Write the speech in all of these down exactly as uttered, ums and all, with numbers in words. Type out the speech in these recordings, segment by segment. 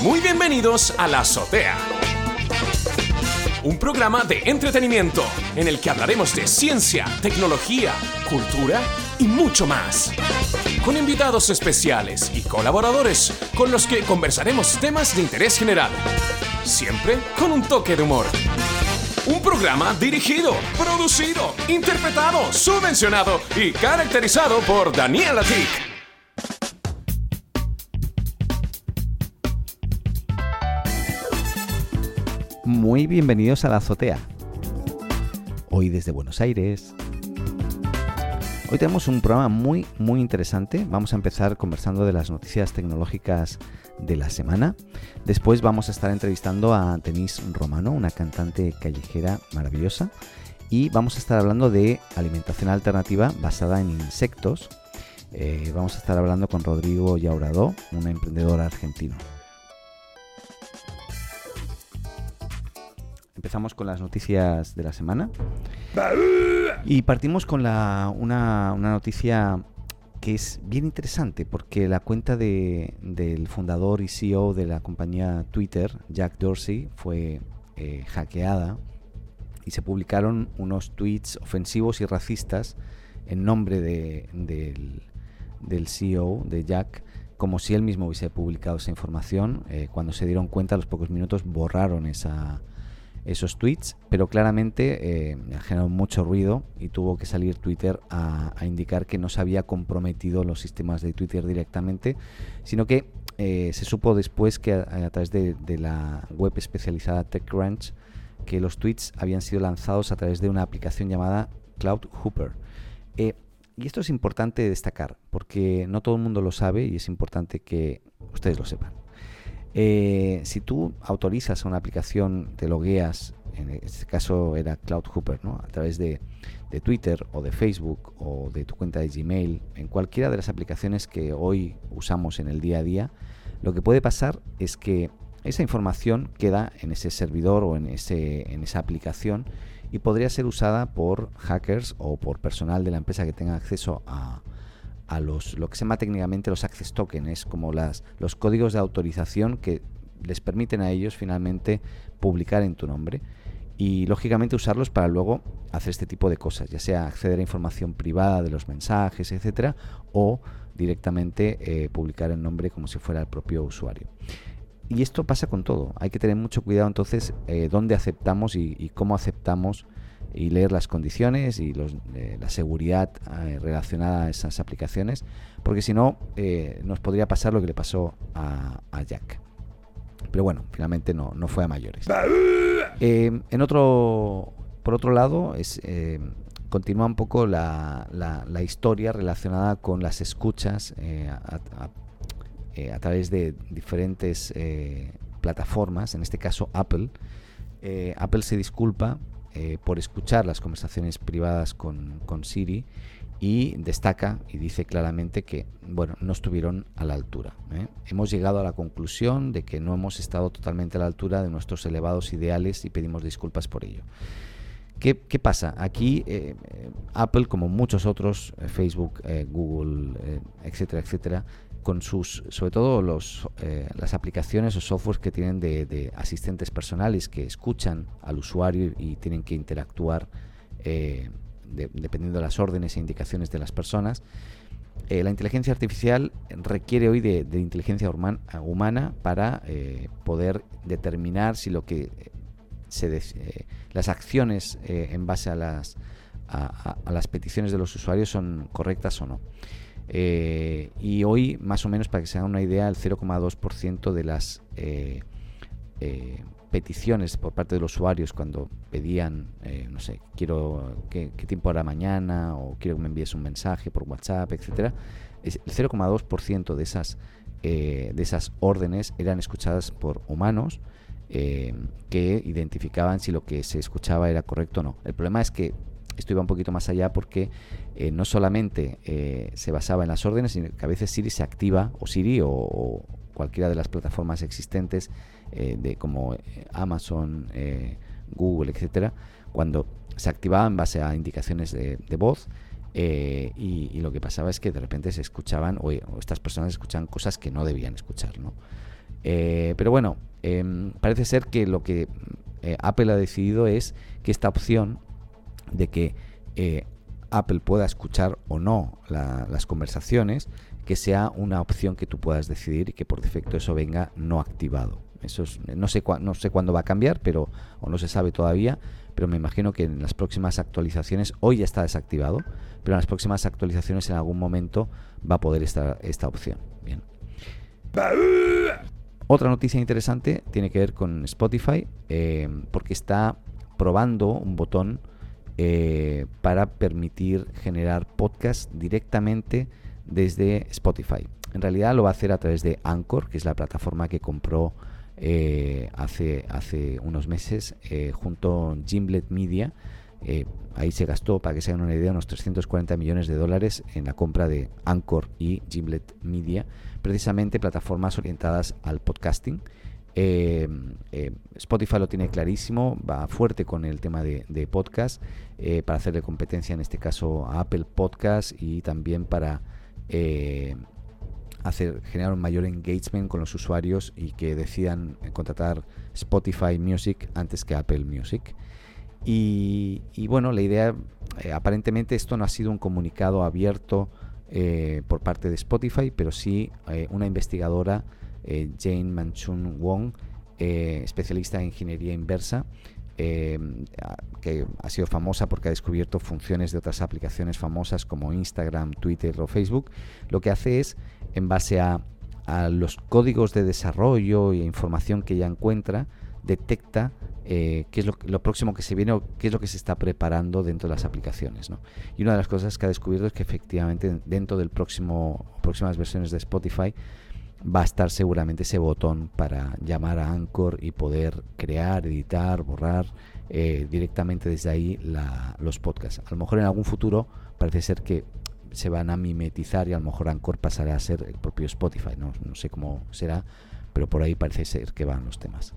Muy bienvenidos a La Azotea, un programa de entretenimiento en el que hablaremos de ciencia, tecnología, cultura y mucho más, con invitados especiales y colaboradores con los que conversaremos temas de interés general, siempre con un toque de humor. Un programa dirigido, producido, interpretado, subvencionado y caracterizado por Daniel Atik. Muy bienvenidos a La Azotea. Hoy desde Buenos Aires. Hoy tenemos un programa muy, muy interesante. Vamos a empezar conversando de las noticias tecnológicas de la semana. Después vamos a estar entrevistando a Denise Romano, una cantante callejera maravillosa. Y vamos a estar hablando de alimentación alternativa basada en insectos. Eh, vamos a estar hablando con Rodrigo Llauradó, un emprendedor argentino. Empezamos con las noticias de la semana y partimos con la, una, una noticia que es bien interesante porque la cuenta de, del fundador y C E O de la compañía Twitter, Jack Dorsey, fue eh, hackeada y se publicaron unos tweets ofensivos y racistas en nombre de, del, del C E O, de Jack, como si él mismo hubiese publicado esa información. Eh, cuando se dieron cuenta, a los pocos minutos borraron esa esos tweets, pero claramente eh, ha generado mucho ruido y tuvo que salir Twitter a, a indicar que no se había comprometido los sistemas de Twitter directamente, sino que eh, se supo después que a, a través de, de la web especializada TechCrunch que los tweets habían sido lanzados a través de una aplicación llamada CloudHopper. Eh, y esto es importante destacar porque no todo el mundo lo sabe y es importante que ustedes lo sepan. Eh, si tú autorizas a una aplicación, te logueas, en este caso era CloudHopper, ¿no? A través de, de Twitter o de Facebook o de tu cuenta de Gmail, en cualquiera de las aplicaciones que hoy usamos en el día a día, lo que puede pasar es que esa información queda en ese servidor o en, ese, en esa aplicación y podría ser usada por hackers o por personal de la empresa que tenga acceso a a los, lo que se llama técnicamente los access tokens, es como las, los códigos de autorización que les permiten a ellos finalmente publicar en tu nombre y lógicamente usarlos para luego hacer este tipo de cosas, ya sea acceder a información privada de los mensajes, etcétera, o directamente eh, publicar el nombre como si fuera el propio usuario. Y esto pasa con todo, hay que tener mucho cuidado entonces eh, dónde aceptamos y, y cómo aceptamos y leer las condiciones y los, eh, la seguridad eh, relacionada a esas aplicaciones, porque si no eh, nos podría pasar lo que le pasó a, a Jack. Pero bueno, finalmente no, no fue a mayores. Eh, en otro, por otro lado, es, eh, continúa un poco la, la, la historia relacionada con las escuchas eh, a, a, eh, a través de diferentes eh, plataformas, en este caso Apple. Eh, Apple se disculpa Eh, por escuchar las conversaciones privadas con, con Siri y destaca y dice claramente que bueno, no estuvieron a la altura. ¿eh? Hemos llegado a la conclusión de que no hemos estado totalmente a la altura de nuestros elevados ideales y pedimos disculpas por ello. ¿Qué, qué pasa? Aquí eh, Apple, como muchos otros, eh, Facebook, eh, Google, eh, etcétera, etcétera, con sus, sobre todo los, eh, las aplicaciones o softwares que tienen de, de asistentes personales que escuchan al usuario y tienen que interactuar eh, de, dependiendo de las órdenes e indicaciones de las personas. Eh, la inteligencia artificial requiere hoy de, de inteligencia humana, humana para eh, poder determinar si lo que se des, eh, las acciones eh, en base a las, a, a, a las peticiones de los usuarios son correctas o no. Eh, y hoy, más o menos, para que se hagan una idea, el cero coma dos por ciento de las eh, eh, peticiones por parte de los usuarios cuando pedían, eh, no sé, quiero qué, qué tiempo hará mañana o quiero que me envíes un mensaje por WhatsApp, etcétera, el cero coma dos por ciento de esas eh, de esas órdenes eran escuchadas por humanos eh, que identificaban si lo que se escuchaba era correcto o no. El problema es que esto iba un poquito más allá porque eh, no solamente eh, se basaba en las órdenes, sino que a veces Siri se activa, o Siri o, o cualquiera de las plataformas existentes eh, de como Amazon, eh, Google, etcétera, cuando se activaba en base a indicaciones de, de voz eh, y, y lo que pasaba es que de repente se escuchaban o, o estas personas escuchaban cosas que no debían escuchar, ¿no? Eh, pero bueno, eh, parece ser que lo que eh, Apple ha decidido es que esta opción de que eh, Apple pueda escuchar o no la, las conversaciones, que sea una opción que tú puedas decidir y que por defecto eso venga no activado. Eso es, no sé cua, no sé cuándo va a cambiar, pero o no se sabe todavía, pero me imagino que en las próximas actualizaciones, hoy ya está desactivado, pero en las próximas actualizaciones en algún momento va a poder estar esta opción. Bien. Otra noticia interesante tiene que ver con Spotify, eh, porque está probando un botón eh, para permitir generar podcast directamente desde Spotify. En realidad lo va a hacer a través de Anchor, que es la plataforma que compró eh, hace, hace unos meses eh, junto a Gimlet Media. Eh, ahí se gastó, para que se hagan una idea, unos trescientos cuarenta millones de dólares en la compra de Anchor y Gimlet Media, precisamente plataformas orientadas al podcasting. Eh, eh, Spotify lo tiene clarísimo, va fuerte con el tema de, de podcast, eh, para hacerle competencia en este caso a Apple Podcast y también para eh, hacer generar un mayor engagement con los usuarios y que decidan contratar Spotify Music antes que Apple Music. Y, y bueno, la idea, eh, aparentemente esto no ha sido un comunicado abierto eh, por parte de Spotify, pero sí eh, una investigadora, eh, Jane Manchun Wong, eh, especialista en ingeniería inversa, eh, que ha sido famosa porque ha descubierto funciones de otras aplicaciones famosas como Instagram, Twitter o Facebook. Lo que hace es, en base a, a los códigos de desarrollo e información que ella encuentra, detecta eh, qué es lo, lo próximo que se viene o qué es lo que se está preparando dentro de las aplicaciones, ¿no? Y una de las cosas que ha descubierto es que efectivamente dentro del próximo próximas versiones de Spotify va a estar seguramente ese botón para llamar a Anchor y poder crear, editar, borrar eh, directamente desde ahí la, los podcasts. A lo mejor en algún futuro parece ser que se van a mimetizar y a lo mejor Anchor pasará a ser el propio Spotify. No, no sé cómo será, pero por ahí parece ser que van los temas.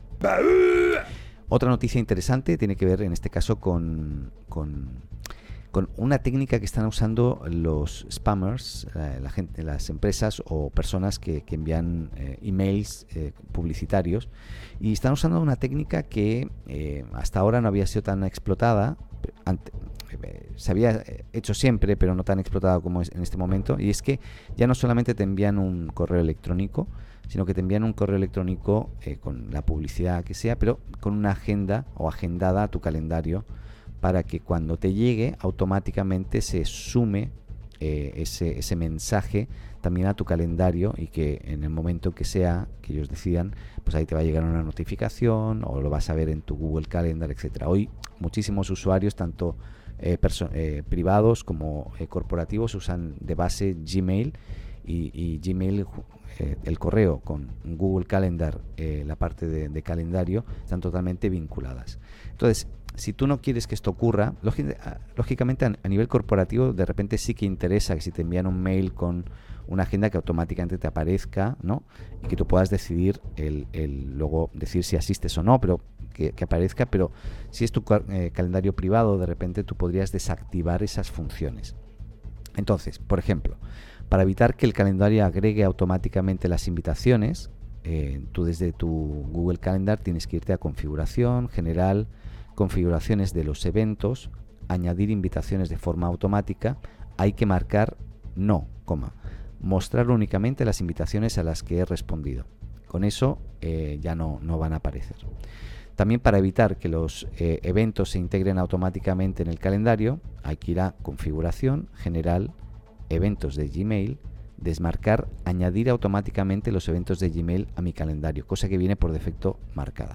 Otra noticia interesante tiene que ver en este caso con, con, con una técnica que están usando los spammers, eh, la gente, las empresas o personas que, que envían eh, emails eh, publicitarios, y están usando una técnica que eh, hasta ahora no había sido tan explotada. Ante, eh, se había hecho siempre, pero no tan explotada como es en este momento, y es que ya no solamente te envían un correo electrónico, sino que te envían un correo electrónico eh, con la publicidad que sea, pero con una agenda o agendada a tu calendario, para que cuando te llegue automáticamente se sume eh, ese, ese mensaje también a tu calendario, y que en el momento que sea que ellos decidan, pues ahí te va a llegar una notificación o lo vas a ver en tu Google Calendar, etcétera. Hoy muchísimos usuarios, tanto eh, perso- eh, privados como eh, corporativos, usan de base Gmail, y, y Gmail, eh, el correo con Google Calendar, eh, la parte de, de calendario, están totalmente vinculadas. Entonces, si tú no quieres que esto ocurra, lógicamente a nivel corporativo de repente sí que interesa que si te envían un mail con una agenda, que automáticamente te aparezca, ¿no? Y que tú puedas decidir el, el luego decir si asistes o no, pero que, que aparezca. Pero si es tu eh, calendario privado, de repente tú podrías desactivar esas funciones. Entonces, por ejemplo, para evitar que el calendario agregue automáticamente las invitaciones, eh, tú desde tu Google Calendar tienes que irte a configuración, general, configuraciones de los eventos, añadir invitaciones de forma automática. Hay que marcar no, coma, mostrar únicamente las invitaciones a las que he respondido. Con eso eh, ya no, no van a aparecer. También, para evitar que los eh, eventos se integren automáticamente en el calendario, hay que ir a configuración, general, eventos de Gmail, desmarcar, añadir automáticamente los eventos de Gmail a mi calendario, cosa que viene por defecto marcada.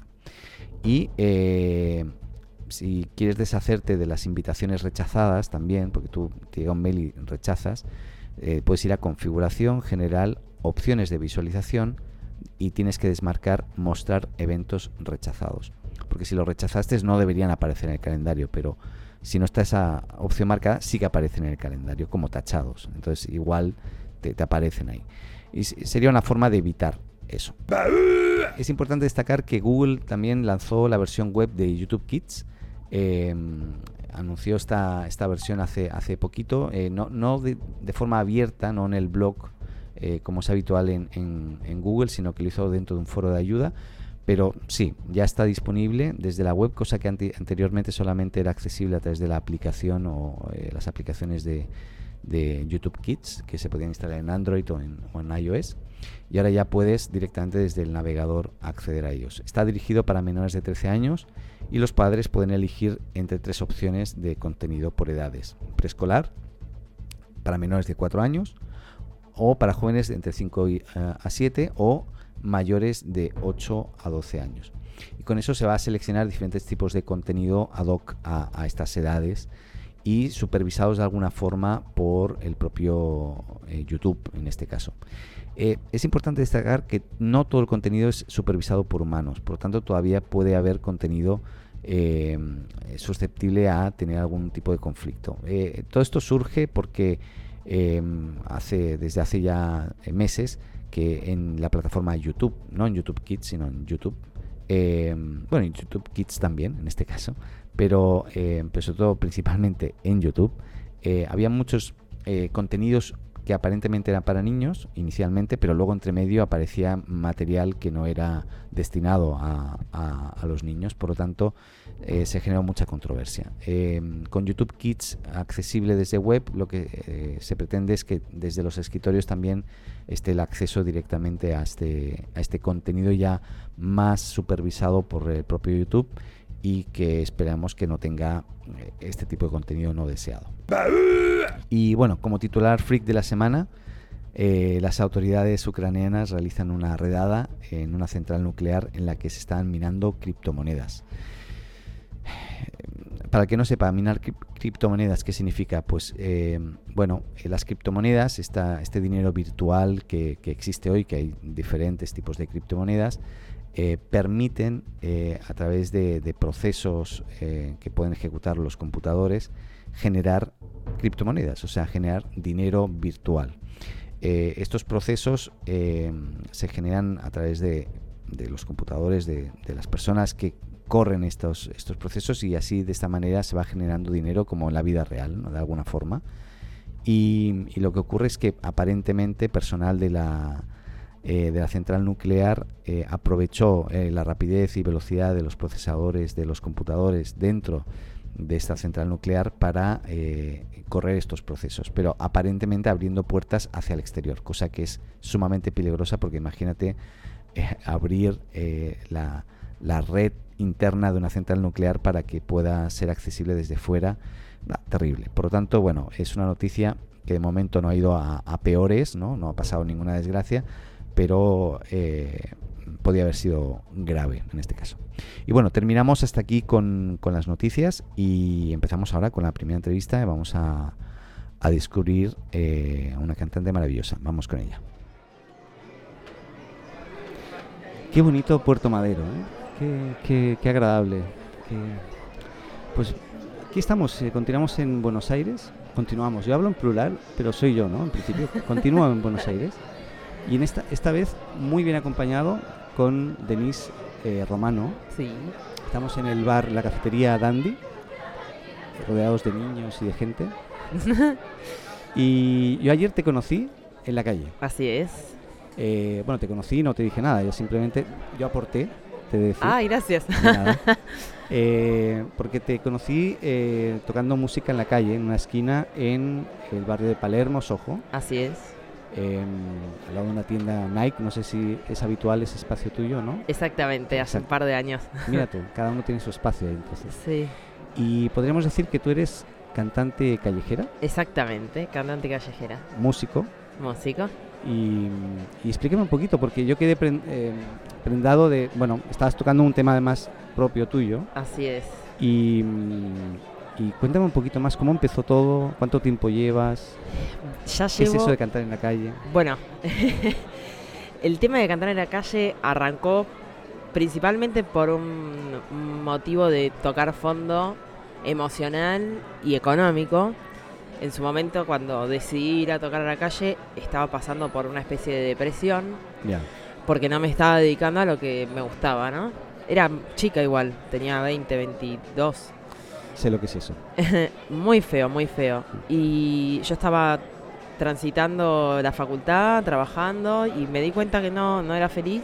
Y eh, si quieres deshacerte de las invitaciones rechazadas también, porque tú te llega un mail y rechazas, eh, puedes ir a configuración, general, opciones de visualización, y tienes que desmarcar mostrar eventos rechazados, porque si los rechazaste no deberían aparecer en el calendario, pero si no está esa opción marcada, sí que aparecen en el calendario como tachados. Entonces igual te, te aparecen ahí, y sería una forma de evitar eso. Es importante destacar que Google también lanzó la versión web de YouTube Kids. Eh, anunció esta, esta versión hace, hace poquito, eh, no, no de, de forma abierta, no en el blog eh, como es habitual en, en, en Google, sino que lo hizo dentro de un foro de ayuda. Pero sí, ya está disponible desde la web, cosa que ante, anteriormente solamente era accesible a través de la aplicación o eh, las aplicaciones de, de YouTube Kids, que se podían instalar en Android o en, o en iOS. Y ahora ya puedes directamente desde el navegador acceder a ellos. Está dirigido para menores de trece años y los padres pueden elegir entre tres opciones de contenido por edades: preescolar, para menores de cuatro años, o para jóvenes de entre cinco a siete, o mayores de ocho a doce años. Y con eso se va a seleccionar diferentes tipos de contenido ad hoc a, a estas edades y supervisados de alguna forma por el propio eh, YouTube en este caso. Eh, es importante destacar que no todo el contenido es supervisado por humanos, por lo tanto todavía puede haber contenido eh, susceptible a tener algún tipo de conflicto. Eh, todo esto surge porque eh, hace desde hace ya meses que en la plataforma YouTube, no en YouTube Kids, sino en YouTube, eh, bueno, en YouTube Kids también, en este caso, pero, eh, pero sobre todo principalmente en YouTube, eh, había muchos eh, contenidos que aparentemente eran para niños inicialmente, pero luego entre medio aparecía material que no era destinado a, a, a los niños, por lo tanto eh, se generó mucha controversia. Eh, con YouTube Kids accesible desde web, lo que eh, se pretende es que desde los escritorios también esté el acceso directamente a este, a este contenido ya más supervisado por el propio YouTube, y que esperamos que no tenga este tipo de contenido no deseado. Y bueno, como titular freak de la semana, eh, las autoridades ucranianas realizan una redada en una central nuclear en la que se están minando criptomonedas. Para el que no sepa, minar cri- criptomonedas, ¿qué significa? Pues eh, bueno, eh, las criptomonedas, esta, este dinero virtual que, que existe hoy, que hay diferentes tipos de criptomonedas, Eh, permiten eh, a través de, de procesos eh, que pueden ejecutar los computadores generar criptomonedas, o sea, generar dinero virtual. Eh, estos procesos eh, se generan a través de, de los computadores de, de las personas que corren estos, estos procesos, y así de esta manera se va generando dinero como en la vida real, ¿no? De alguna forma. Y, y lo que ocurre es que aparentemente personal de la Eh, de la central nuclear eh, aprovechó eh, la rapidez y velocidad de los procesadores de los computadores dentro de esta central nuclear para eh, correr estos procesos, pero aparentemente abriendo puertas hacia el exterior, cosa que es sumamente peligrosa, porque imagínate eh, abrir eh, la, la red interna de una central nuclear para que pueda ser accesible desde fuera. Nah, terrible. Por lo tanto, bueno, es una noticia que de momento no ha ido a, a peores, ¿no? No ha pasado ninguna desgracia, pero eh, podía haber sido grave en este caso. Y bueno, terminamos hasta aquí con, con las noticias, y empezamos ahora con la primera entrevista, y vamos a, a descubrir eh, a una cantante maravillosa. Vamos con ella. Qué bonito Puerto Madero, ¿eh? Qué, qué, qué agradable. Qué... Pues aquí estamos, eh, continuamos en Buenos Aires, continuamos. Yo hablo en plural, pero soy yo, ¿no? En principio, continúo en Buenos Aires. Y en esta esta vez muy bien acompañado con Denise eh, Romano. Sí. Estamos en el bar, la cafetería Dandy, rodeados de niños y de gente. Y yo ayer te conocí en la calle. Así es. Eh, bueno, te conocí, no te dije nada, yo simplemente, yo aporté, te decía. Ah, gracias. De nada. Eh, porque te conocí eh, tocando música en la calle, en una esquina en el barrio de Palermo, Soho. Así es. Eh, al lado de una tienda Nike, no sé si es habitual ese espacio tuyo, ¿no? Exactamente, hace un par de años. Mira tú, cada uno tiene su espacio ahí, entonces. Sí. Y podríamos decir que tú eres cantante callejera. Exactamente, cantante callejera. Músico. Músico. Y, y explíqueme un poquito, porque yo quedé pre- eh, prendado de, bueno, estabas tocando un tema además propio tuyo. Así es. Y... Y cuéntame un poquito más, ¿cómo empezó todo? ¿Cuánto tiempo llevas? Ya ¿Qué llevo... es eso de cantar en la calle? Bueno, el tema de cantar en la calle arrancó principalmente por un motivo de tocar fondo emocional y económico. En su momento, cuando decidí ir a tocar a la calle, estaba pasando por una especie de depresión. Ya. Porque no me estaba dedicando a lo que me gustaba, ¿no? Era chica igual, tenía veinte, veintidós. Sé lo que es eso. Muy feo, muy feo. Y yo estaba transitando la facultad, trabajando, y me di cuenta que no, no era feliz.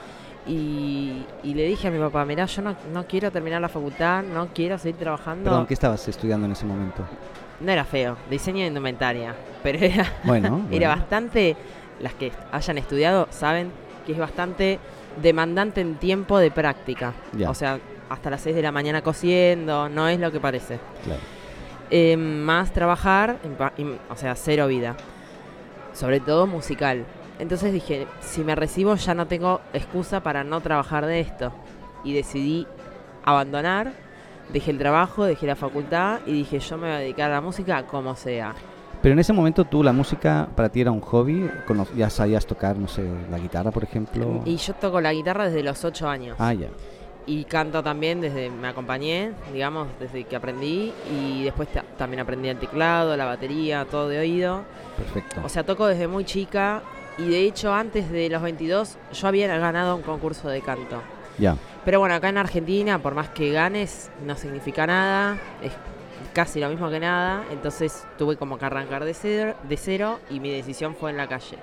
Y, y le dije a mi papá, mirá, yo no, no quiero terminar la facultad, no quiero seguir trabajando. Perdón, ¿qué estabas estudiando en ese momento? No era feo, diseño de indumentaria, pero era, bueno, era bueno. bastante, las que hayan estudiado saben que es bastante demandante en tiempo de práctica. Ya. O sea, hasta las seis de la mañana cosiendo, no es lo que parece. Claro. Eh, más trabajar, o sea, cero vida, sobre todo musical. Entonces dije, si me recibo ya no tengo excusa para no trabajar de esto. Y decidí abandonar, dejé el trabajo, dejé la facultad y dije, yo me voy a dedicar a la música como sea. Pero en ese momento tú, la música para ti era un hobby, Cono- ya sabías tocar, no sé, la guitarra, por ejemplo. Y yo toco la guitarra desde los ocho años. Ah, ya. Y canto también desde, me acompañé, digamos, desde que aprendí. Y después ta- también aprendí el teclado, la batería, todo de oído. Perfecto. O sea, toco desde muy chica. Y de hecho, antes de los veintidós, yo había ganado un concurso de canto. Ya. Pero bueno, acá en Argentina, por más que ganes, no significa nada. Es casi lo mismo que nada. Entonces tuve como que arrancar de cero, de cero y mi decisión fue en la calle.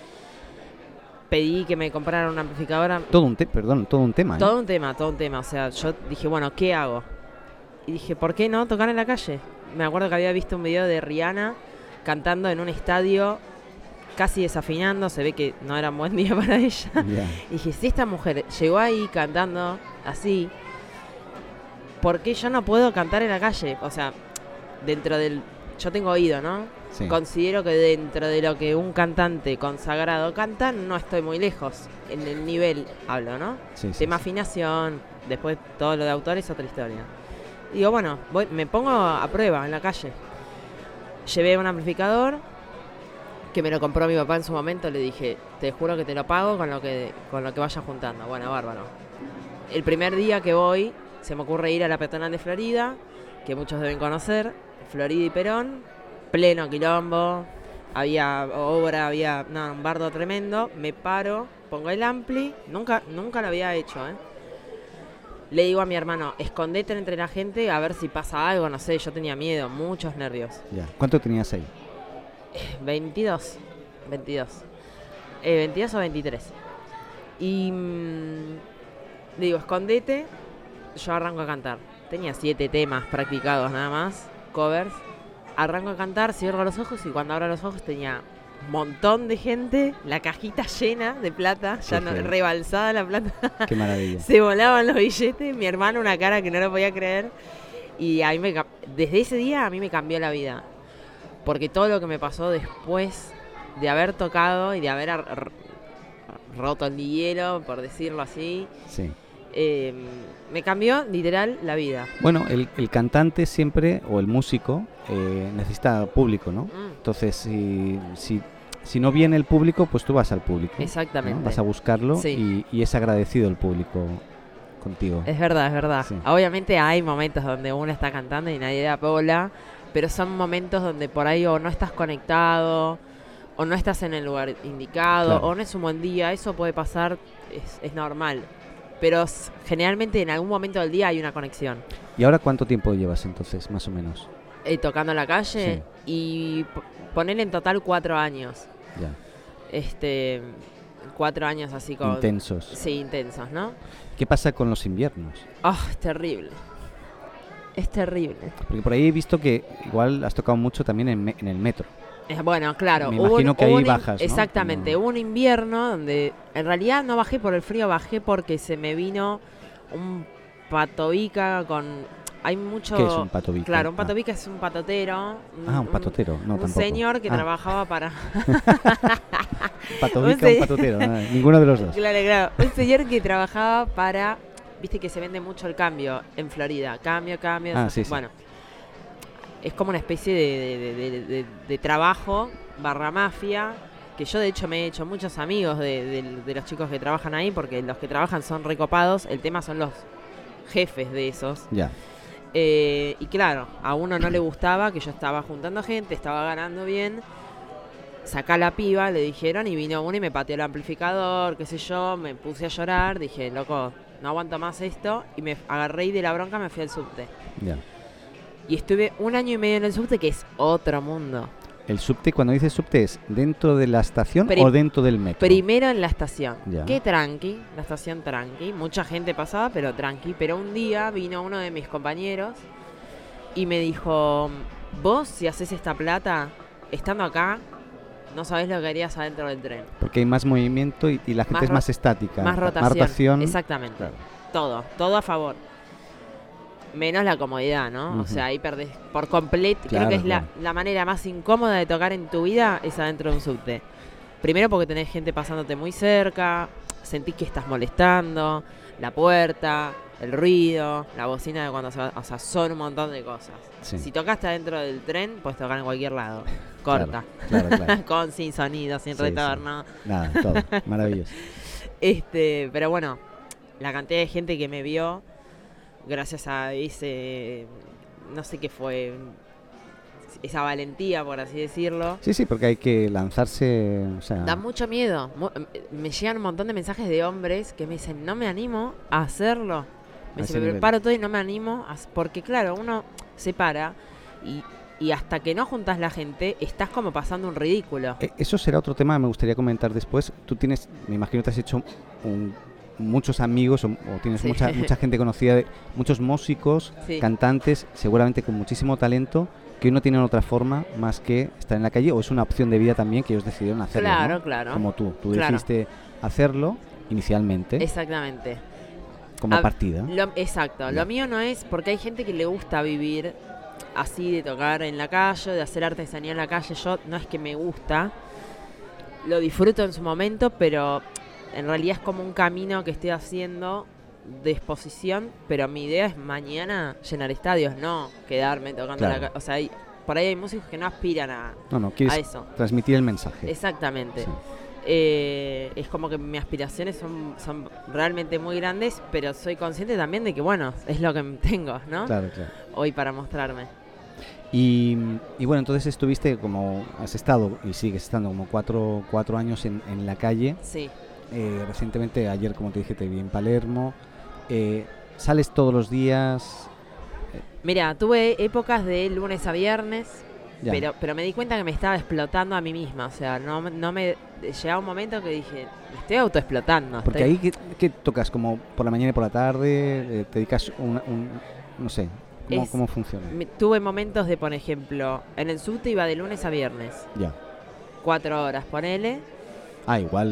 Pedí que me compraran una amplificadora. Todo un te- perdón, todo un tema. ¿eh? Todo un tema, todo un tema. O sea, yo dije, bueno, ¿qué hago? Y dije, ¿por qué no tocar en la calle? Me acuerdo que había visto un video de Rihanna cantando en un estadio, casi desafinando. Se ve que no era un buen día para ella. Ya. Y dije, si esta mujer llegó ahí cantando así, ¿por qué yo no puedo cantar en la calle? O sea, dentro del... Yo tengo oído, ¿no? Sí. Considero que dentro de lo que un cantante consagrado canta, no estoy muy lejos. En el nivel hablo, ¿no? Sí, sí, Tema sí. afinación, después todo lo de autor es otra historia. Digo, bueno, voy, me pongo a prueba en la calle. Llevé un amplificador que me lo compró mi papá en su momento. Le dije, te juro que te lo pago con lo que, con lo que vayas juntando. Bueno, bárbaro. El primer día que voy, se me ocurre ir a la peatonal de Florida, que muchos deben conocer, Florida y Perón. Pleno quilombo, había obra, había no, un bardo tremendo. Me paro, pongo el ampli, nunca, nunca lo había hecho, ¿eh? Le digo a mi hermano, escondete entre la gente a ver si pasa algo, no sé, yo tenía miedo, muchos nervios. Ya. ¿Cuánto tenías ahí? veintidós, veintidós. Eh, veintidós o veintitrés. Y mmm, le digo, escondete, yo arranco a cantar. Tenía siete temas practicados nada más, covers. Arranco a cantar, cierro los ojos y cuando abro los ojos tenía un montón de gente, la cajita llena de plata, ya no, rebalsada la plata. Qué maravilla. Se volaban los billetes, mi hermano una cara que no lo podía creer. Y a mí me, desde ese día a mí me cambió la vida. Porque todo lo que me pasó después de haber tocado y de haber ar- roto el hielo, por decirlo así, Sí. eh, me cambió literal la vida. Bueno, el, el cantante siempre, o el músico, eh, necesita público, ¿no? Mm. Entonces, si, si, si no viene el público, pues tú vas al público. Exactamente. ¿no? Vas a buscarlo Sí. y, y es agradecido el público contigo. Es verdad, es verdad. Sí. Obviamente hay momentos donde uno está cantando y nadie da bola, pero son momentos donde por ahí o no estás conectado, o no estás en el lugar indicado, Claro. o no es un buen día. Eso puede pasar, es, es normal. Pero s- generalmente en algún momento del día hay una conexión. ¿Y ahora cuánto tiempo llevas entonces, más o menos? Eh, tocando en la calle y p- poner en total cuatro años. Ya. Este, cuatro años así con... Intensos. Sí, intensos, ¿no? ¿Qué pasa con los inviernos? Ah, es terrible. Es terrible. Porque por ahí he visto que igual has tocado mucho también en, me- en el metro. Es, bueno, claro. Me hubo imagino un- que hubo ahí un in- bajas, ¿no? Exactamente. Como- Hubo un invierno donde en realidad no bajé por el frío, bajé porque se me vino un patobica con... Hay mucho... ¿Qué es un patobica? Claro, un Ah. patobica es un patotero. Ah, un patotero. No, un tampoco. señor que Ah, trabajaba para... Patobica un o se- un patotero. no, ninguno de los dos. Claro, claro. Un señor que trabajaba para... Viste que se vende mucho el cambio en Florida. Cambio, cambio. Ah, sí, sí. Bueno, es como una especie de, de- de- de- de- de trabajo barra mafia, que yo de hecho me he hecho muchos amigos de, de- de los chicos que trabajan ahí, porque los que trabajan son recopados. El tema son los jefes de esos. Ya. Eh, y claro, a uno no le gustaba que yo estaba juntando gente, estaba ganando bien. Sacá la piba, le dijeron, y vino uno y me pateó el amplificador, qué sé yo, me puse a llorar, dije, loco, no aguanto más esto, y me agarré y de la bronca me fui al subte. Ya. Y estuve un año y medio en el subte, que es otro mundo. El subte, cuando dices subte, ¿es dentro de la estación Prim- o dentro del metro? Primero en la estación. Ya. Qué tranqui, la estación tranqui. Mucha gente pasaba, pero tranqui. Pero un día vino uno de mis compañeros y me dijo, vos si haces esta plata, estando acá, no sabés lo que harías adentro del tren. Porque hay más movimiento y, y la gente Más es ro- más estática. Más rotación. Más rotación. Exactamente. Claro. Todo, todo a favor. Menos la comodidad, ¿no? Ujú. O sea, ahí perdés por completo. Claro, Creo que es claro. la, la manera más incómoda de tocar en tu vida es adentro de un subte. Primero porque tenés gente pasándote muy cerca, sentís que estás molestando, la puerta, el ruido, la bocina de cuando se va, o sea, son un montón de cosas. Sí. Si tocaste adentro del tren, puedes tocar en cualquier lado. Corta. Claro, claro, claro. Con, sin sonido, sin Sí, retorno. sí. Nada, todo. Maravilloso. Este, pero bueno, la cantidad de gente que me vio gracias a ese, no sé qué fue, esa valentía, por así decirlo. Sí, sí, porque hay que lanzarse, o sea... Da mucho miedo. Mu- Me llegan un montón de mensajes de hombres que me dicen, no me animo a hacerlo. A Me ese dicen, me nivel. preparo todo y no me animo. A... hac-". Porque claro, uno se para y, y hasta que no juntas la gente, estás como pasando un ridículo. Eh, Eso será otro tema que me gustaría comentar después. Tú tienes, me imagino que te has hecho un, muchos amigos o, o tienes Sí. mucha mucha gente conocida, de, muchos músicos, Sí. cantantes, seguramente con muchísimo talento, que hoy no tienen otra forma más que estar en la calle, o es una opción de vida también que ellos decidieron hacerlo, Claro, ¿no? claro. Como tú, tú Claro. decidiste hacerlo inicialmente Exactamente. como A- partida. Lo- exacto. Ya. Lo mío no es porque hay gente que le gusta vivir así, de tocar en la calle, de hacer artesanía en la calle. Yo no es que me gusta, lo disfruto en su momento, pero en realidad es como un camino que estoy haciendo de exposición, pero mi idea es mañana llenar estadios, no quedarme tocando Claro. en la calle. O sea, hay- por ahí hay músicos que no aspiran a, No, no, a quieres eso. transmitir el mensaje. Exactamente. Sí. Eh, es como que mis aspiraciones son, son realmente muy grandes, pero soy consciente también de que, bueno, es lo que tengo, ¿no? Claro, claro. Hoy para mostrarme. Y, y bueno, entonces estuviste como, has estado y sigues estando como cuatro, cuatro años en, en la calle. Sí. Eh, recientemente, ayer como te dije, te vi en Palermo. Eh, ¿Sales todos los días? Mira, tuve épocas de lunes a viernes, Ya. pero pero me di cuenta que me estaba explotando a mí misma. O sea, no, me- no me... Llegaba un momento que dije, me estoy autoexplotando. Porque estoy- ahí, ¿qué, qué tocas? ¿Como por la mañana y por la tarde? Eh, ¿Te dedicas un, un- no sé, ¿cómo, Es- cómo funciona? me- tuve momentos de, por ejemplo, en el subte iba de lunes a viernes. Ya. Cuatro horas, ponele. Ah, igual,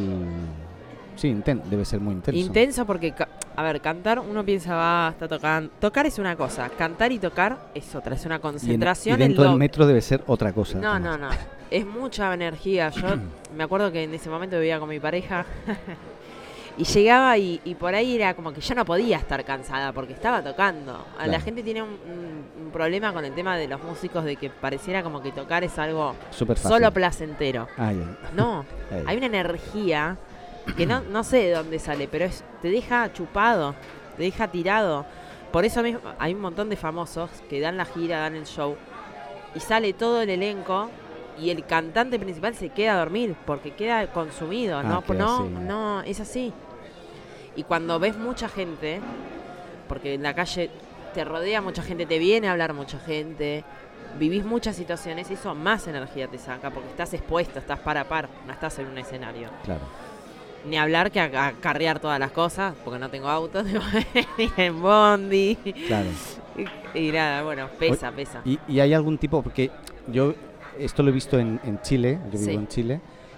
sí, inten- debe ser muy intenso. Intenso porque, ca- a ver, cantar, uno piensa, va, está tocando. Tocar es una cosa, cantar y tocar es otra, es una Y, en- concentración. y el dentro del doble. metro debe ser otra cosa. No, además. no, no. Es mucha energía. Yo me acuerdo que en ese momento vivía con mi pareja y llegaba y, y por ahí era como que yo no podía estar cansada porque estaba tocando. A La Claro. gente tiene un, un- un problema con el tema de los músicos de que pareciera como que tocar es algo Súper fácil. solo placentero. Ah, ya. No, Ahí. hay una energía que no, no sé de dónde sale, pero es, te deja chupado, te deja tirado. Por eso mismo hay un montón de famosos que dan la gira, dan el show y sale todo el elenco y el cantante principal se queda a dormir porque queda consumido, Ah, no, queda no, así. no, es así. Y cuando ves mucha gente, porque en la calle te rodea mucha gente, te viene a hablar mucha gente, vivís muchas situaciones, eso más energía te saca porque estás expuesto, estás par a par, no estás en un escenario. Claro. Ni hablar que a, a carrear todas las cosas, porque no tengo auto, ni en bondi. Claro. Y, y nada, bueno, pesa, pesa. ¿Y, y hay algún tipo? Porque yo esto lo he visto en, en Chile, yo vivo Sí. en Chile,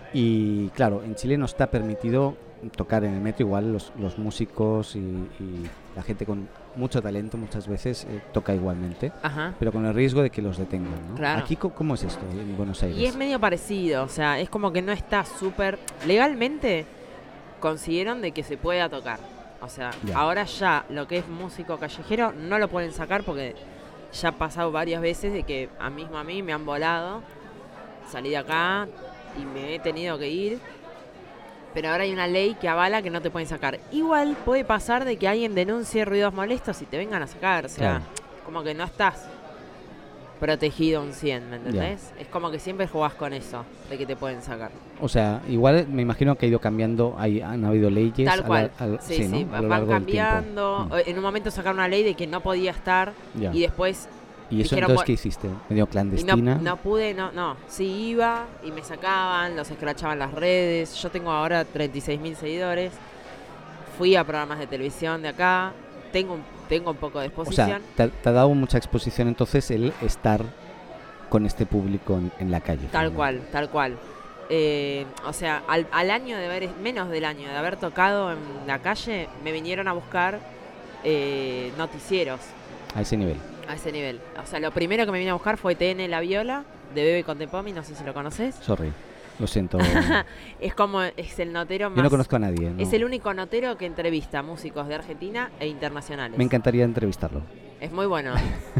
y claro, en Chile no está permitido tocar en el metro, igual los, los músicos y, y la gente con mucho talento muchas veces eh, toca igualmente, Ajá. pero con el riesgo de que los detengan, ¿no? Claro. Aquí, co- ¿cómo es esto en Buenos Aires? Y es medio parecido, o sea, es como que no está súper... Legalmente consiguieron de que se pueda tocar. O sea, Ya. ahora ya lo que es músico callejero no lo pueden sacar porque ya ha pasado varias veces de que a mismo a mí me han volado, salí de acá y me he tenido que ir. Pero ahora hay una ley que avala que no te pueden sacar. Igual puede pasar de que alguien denuncie ruidos molestos y te vengan a sacar. O sea, Claro. como que no estás protegido un cien, ¿me entendés? Es como que siempre jugás con eso, de que te pueden sacar. O sea, igual me imagino que ha ido cambiando, hay, han habido leyes. Tal a la- cual. al- sí, sí, ¿no? A lo van largo del tiempo. cambiando. Mm. En un momento sacaron una ley de que no podía estar Ya. y después ¿Y eso Dijeron, entonces bueno, qué hiciste? ¿Medio y clandestina? no, no pude, no, no. Sí iba y me sacaban, los escrachaban las redes. Yo tengo ahora treinta y seis mil seguidores. Fui a programas de televisión de acá. Tengo, un- tengo un poco de O exposición. sea, te, ha- te ha dado mucha exposición entonces el estar con este público en, en la calle. Tal finalmente. cual, tal cual. Eh, o sea, al, al año de haber, menos del año de haber tocado en la calle, me vinieron a buscar eh, noticieros A ese nivel. a ese nivel. O sea, lo primero que me vino a buscar fue T N La Viola, de Bebe Contepomi, no sé si lo conoces. Sorry. Lo siento. Es como, es el notero más... Yo no conozco a nadie. ¿no? Es el único notero que entrevista a músicos de Argentina e internacionales. Me encantaría entrevistarlo. Es muy bueno.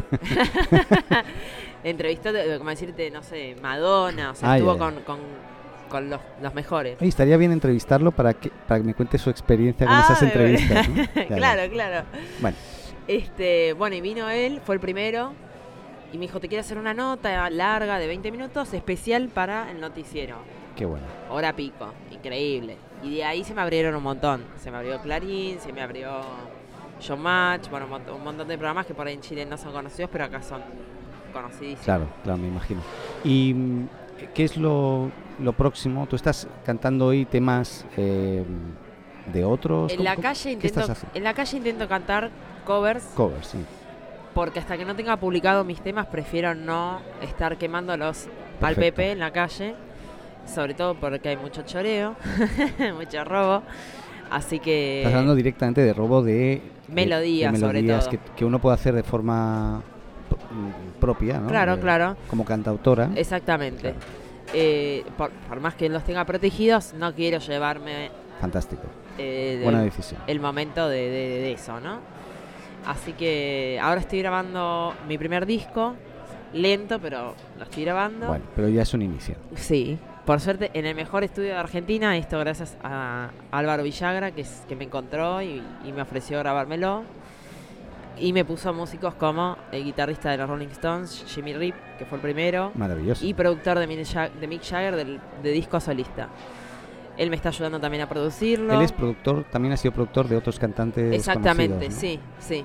Entrevistó, eh, como decirte, no sé, Madonna, o sea, Ah, estuvo ya, ya. con, con, con los, los mejores. Oye, estaría bien entrevistarlo para que, para que me cuente su experiencia con Ah, esas me- entrevistas. ¿no? Ya, ya. Claro, claro. Bueno, Este, bueno, y vino él, fue el primero, y me dijo, te quiero hacer una nota larga de veinte minutos, especial para el noticiero. qué bueno. Hora pico, increíble. Y de ahí se me abrieron un montón. Se me abrió Clarín, se me abrió Showmatch, bueno, un montón, un montón de programas que por ahí en Chile no son conocidos, pero acá son conocidísimos. Claro, claro, me imagino. ¿Y mm, qué es lo, lo próximo? ¿Tú estás cantando hoy temas eh, de otros? En ¿Cómo- la cómo- calle ¿Qué intento, estás haciendo? en la calle intento cantar covers, Covers, sí. porque hasta que no tenga publicado mis temas prefiero no estar quemándolos al Perfecto. Pepe en la calle, sobre todo porque hay mucho choreo, mucho robo, así que Estás hablando directamente de robo de eh, Melodías, de sobre melodías todo. que, que uno puede hacer de forma pro- mm, propia, ¿no? Claro, De- claro. Como cantautora. Exactamente. Claro. Eh, por, por más que los tenga protegidos, no quiero llevarme Fantástico. eh, del- Buena decisión. el momento de, de- de eso, ¿no? Así que ahora estoy grabando mi primer disco, lento, pero lo estoy grabando. Bueno, pero ya es un inicio. Sí, por suerte en el mejor estudio de Argentina, esto gracias a Álvaro Villagra, que, es, que me encontró y, y me ofreció grabármelo. Y me puso músicos como el guitarrista de los Rolling Stones, Jimmy Reed, que fue el primero, Maravilloso. y productor de Mick Jag- de Mick Jagger del, de disco solista. Él me está ayudando también a producirlo. Él es productor, también ha sido productor de otros cantantes Exactamente, conocidos, ¿no? sí, sí.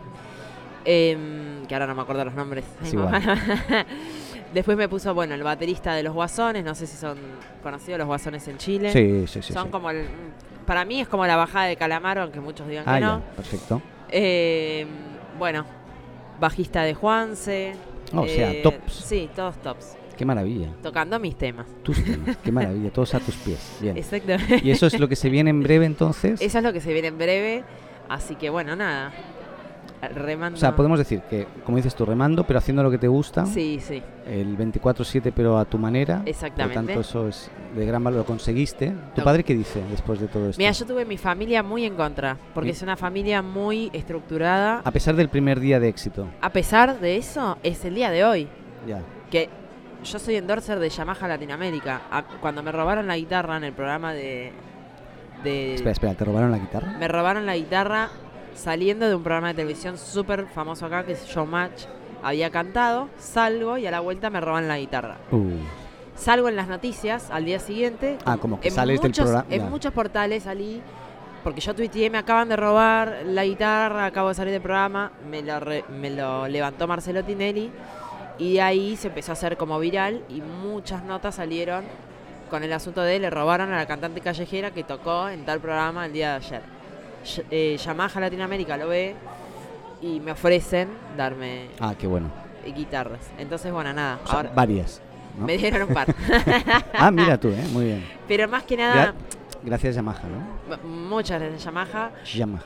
Em, que ahora no me acuerdo los nombres. Es Ay, igual. mamá. Después me puso, bueno, el baterista de Los Guasones, no sé si son conocidos los Guasones en Chile. Sí, sí, sí. son sí. como el, para mí es como la bajada de Calamaro, aunque muchos digan Ah, que ya, no. perfecto. Em, bueno, bajista de Juanse. O sea, eh, tops. Sí, todos tops. Qué maravilla. Tocando mis temas. Tus temas, qué maravilla, todos a tus pies. Bien. Exactamente. Y eso es lo que se viene en breve entonces. Eso es lo que se viene en breve. Así que bueno, nada. Remando. O sea, podemos decir que, como dices tú, remando, pero haciendo lo que te gusta. Sí, sí. El veinticuatro siete, pero a tu manera. Exactamente. Por lo tanto, eso es de gran valor. Lo conseguiste. ¿Tu Lo- padre qué dice después de todo esto? Mira, yo tuve mi familia muy en contra, porque Mi- es una familia muy estructurada. A pesar del primer día de éxito. A pesar de eso, es el día de hoy. Ya. Que yo soy endorser de Yamaha Latinoamérica. A- cuando me robaron la guitarra en el programa de... de Espera, espera, ¿te robaron la guitarra? Me robaron la guitarra saliendo de un programa de televisión súper famoso acá, que es Showmatch. Había cantado, salgo y a la vuelta me roban la guitarra. Uh. Salgo en las noticias al día siguiente. Ah, como que en sales del muchos, programa. En ya. muchos portales salí, porque yo tuiteé, me acaban de robar la guitarra, acabo de salir del programa, me lo, re- me lo levantó Marcelo Tinelli, y de ahí se empezó a hacer como viral, y muchas notas salieron con el asunto de le robaron a la cantante callejera que tocó en tal programa el día de ayer. Sh- eh, Yamaha Latinoamérica lo ve, y me ofrecen darme Ah, qué bueno. guitarras. Entonces, bueno, nada, O sea, ahora varias. ¿no? me dieron un par. Ah, mira tú, ¿eh? Muy bien. Pero más que nada... Gra- Gracias, Yamaha, ¿no? M- Muchas gracias, Yamaha. Yamaha.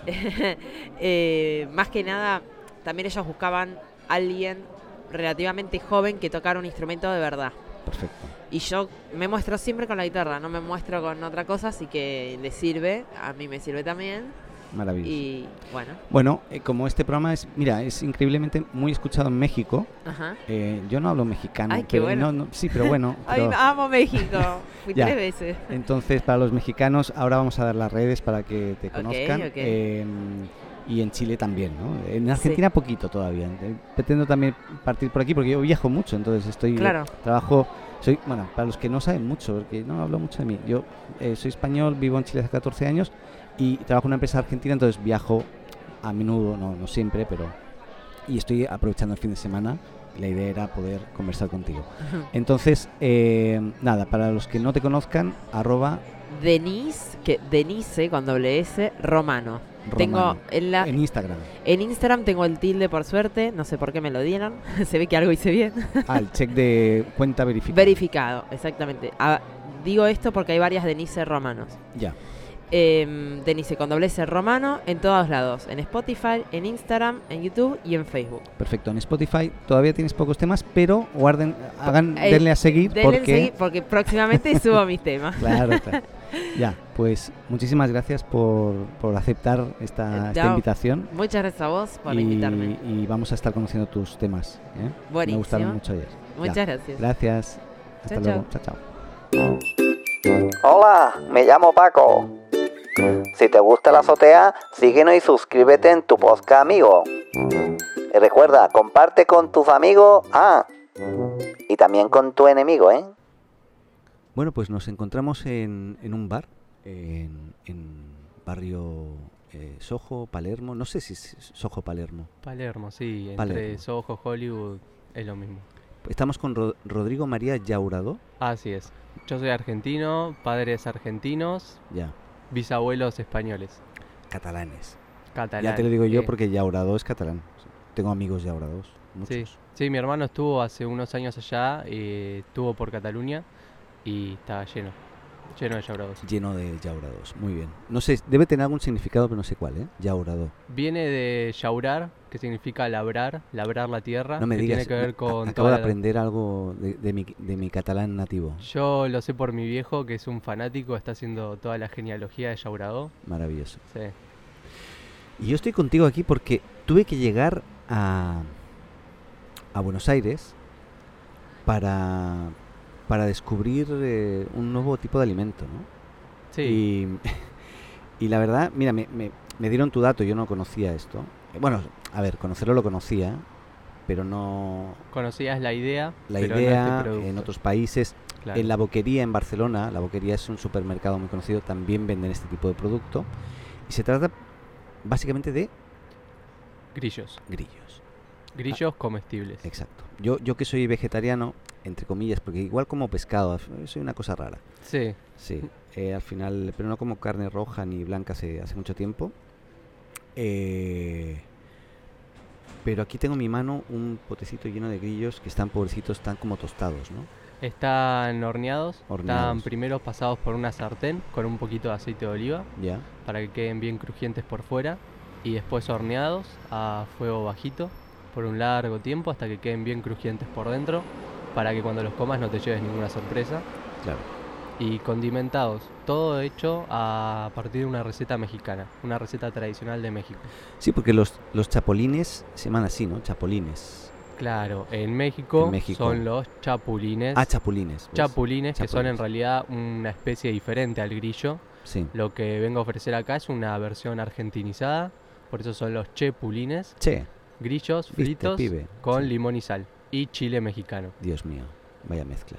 Eh, más que nada, también ellos buscaban alguien relativamente joven que tocara un instrumento de verdad. Perfecto. Y yo me muestro siempre con la guitarra, no me muestro con otra cosa, así que les sirve, a mí me sirve también. Maravilloso. Y bueno, Bueno, eh, como este programa es, mira, es increíblemente muy escuchado en México. ajá. eh, yo no hablo mexicano, Ay, qué pero bueno. no, no- sí, pero bueno. Ay, pero- amo México, fui Ya. tres veces. entonces, para los mexicanos, ahora vamos a dar las redes para que te Ok, conozcan. ok. eh, y en Chile también, ¿no? En Argentina poquito todavía. Eh, Pretendo también partir por aquí porque yo viajo mucho, entonces estoy Claro. trabajo. Soy, bueno, para los que no saben mucho, porque no hablo mucho de mí, yo eh, soy español, vivo en Chile hace catorce años y trabajo en una empresa argentina, entonces viajo a menudo, no, no siempre, pero y estoy aprovechando el fin de semana la idea era poder conversar contigo. Entonces, eh, nada, para los que no te conozcan, arroba Denise, que Denise con doble S, Romano. Romano. Tengo en la en Instagram. En Instagram tengo el tilde por suerte, no sé por qué me lo dieron. Se ve que algo hice bien. Ah, el check de cuenta verificada. Verificado, exactamente. Ah, digo esto porque hay varias Denise Romanos. Ya. Eh, Denise con doble S Romano en todos lados, en Spotify, en Instagram, en YouTube y en Facebook. Perfecto, en Spotify todavía tienes pocos temas, pero guarden, hagan, Eh, denle a seguir denle porque... a seguir porque próximamente subo mis temas. Claro, claro. Ya, pues muchísimas gracias por, por aceptar esta, esta No, invitación. Muchas gracias a vos por y, invitarme. y vamos a estar conociendo tus temas. ¿eh? Buenísimo. Me gustaron mucho ayer. Muchas Ya. gracias. Gracias. Hasta Chao, luego. chao. Chao, chao. Hola, me llamo Paco. Si te gusta la azotea, síguenos y suscríbete en tu podcast amigo. Y recuerda, comparte con tus amigos, ah, y también con tu enemigo, ¿eh? Bueno, pues nos encontramos en, en un bar, en, en barrio eh, Soho, Palermo. No sé si es Soho, Palermo. Palermo, sí, entre Palermo. Soho, Hollywood, es lo mismo. Estamos con Ro- Rodrigo María Yaurado. Así es. Yo soy argentino, padres argentinos, Ya, bisabuelos españoles, catalanes. catalanes. Ya te lo digo yo eh, porque Yaurado es catalán. Tengo amigos yaurados, muchos. Sí, sí, mi hermano estuvo hace unos años allá, eh, estuvo por Cataluña y estaba lleno, lleno de yaurados. Lleno de yaurados, muy bien. No sé, debe tener algún significado, pero no sé cuál, ¿eh? Yaurado. Viene de yaurar, que significa labrar, labrar la tierra, No me que digas, tiene que ver a- con acabo toda de la- aprender algo de, de mi, de mi catalán nativo. Yo lo sé por mi viejo, que es un fanático, está haciendo toda la genealogía de Yaurado. Maravilloso. Sí. Y yo estoy contigo aquí porque tuve que llegar a, a Buenos Aires para, para descubrir eh, un nuevo tipo de alimento, ¿no? Sí. Y, y la verdad, mira, me, me, me dieron tu dato, yo no conocía esto. Eh, Bueno, a ver, conocerlo lo conocía, pero no Conocías la idea, la pero no idea este producto. en otros países. Claro. En la Boquería en Barcelona, la Boquería es un supermercado muy conocido, también venden este tipo de producto. Y se trata básicamente de Grillos. grillos. Grillos comestibles. Exacto. Yo, yo que soy vegetariano, entre comillas, porque igual como pescado, af- soy una cosa rara. Sí. Sí, eh, al final, pero no como carne roja ni blanca hace, hace mucho tiempo. Eh, pero aquí tengo en mi mano un potecito lleno de grillos que están pobrecitos, están como tostados, ¿no? Están horneados, Horneados. están primero pasados por una sartén con un poquito de aceite de oliva Ya. para que queden bien crujientes por fuera y después horneados a fuego bajito por un largo tiempo hasta que queden bien crujientes por dentro para que cuando los comas no te lleves ninguna sorpresa. Claro. Y condimentados, todo hecho a partir de una receta mexicana, una receta tradicional de México. Sí, porque los, los chapulines se llaman así, ¿no? Chapulines. Claro, en México, En México. son los chapulines. Ah, chapulines. ¿ves? Chapulines, que son en Chapulines. realidad una especie diferente al grillo. Sí. Lo que vengo a ofrecer acá es una versión argentinizada, por eso son los chepulines, Che, grillos Viste, fritos pibe, con sí. limón y sal y chile mexicano. Dios mío, vaya mezcla.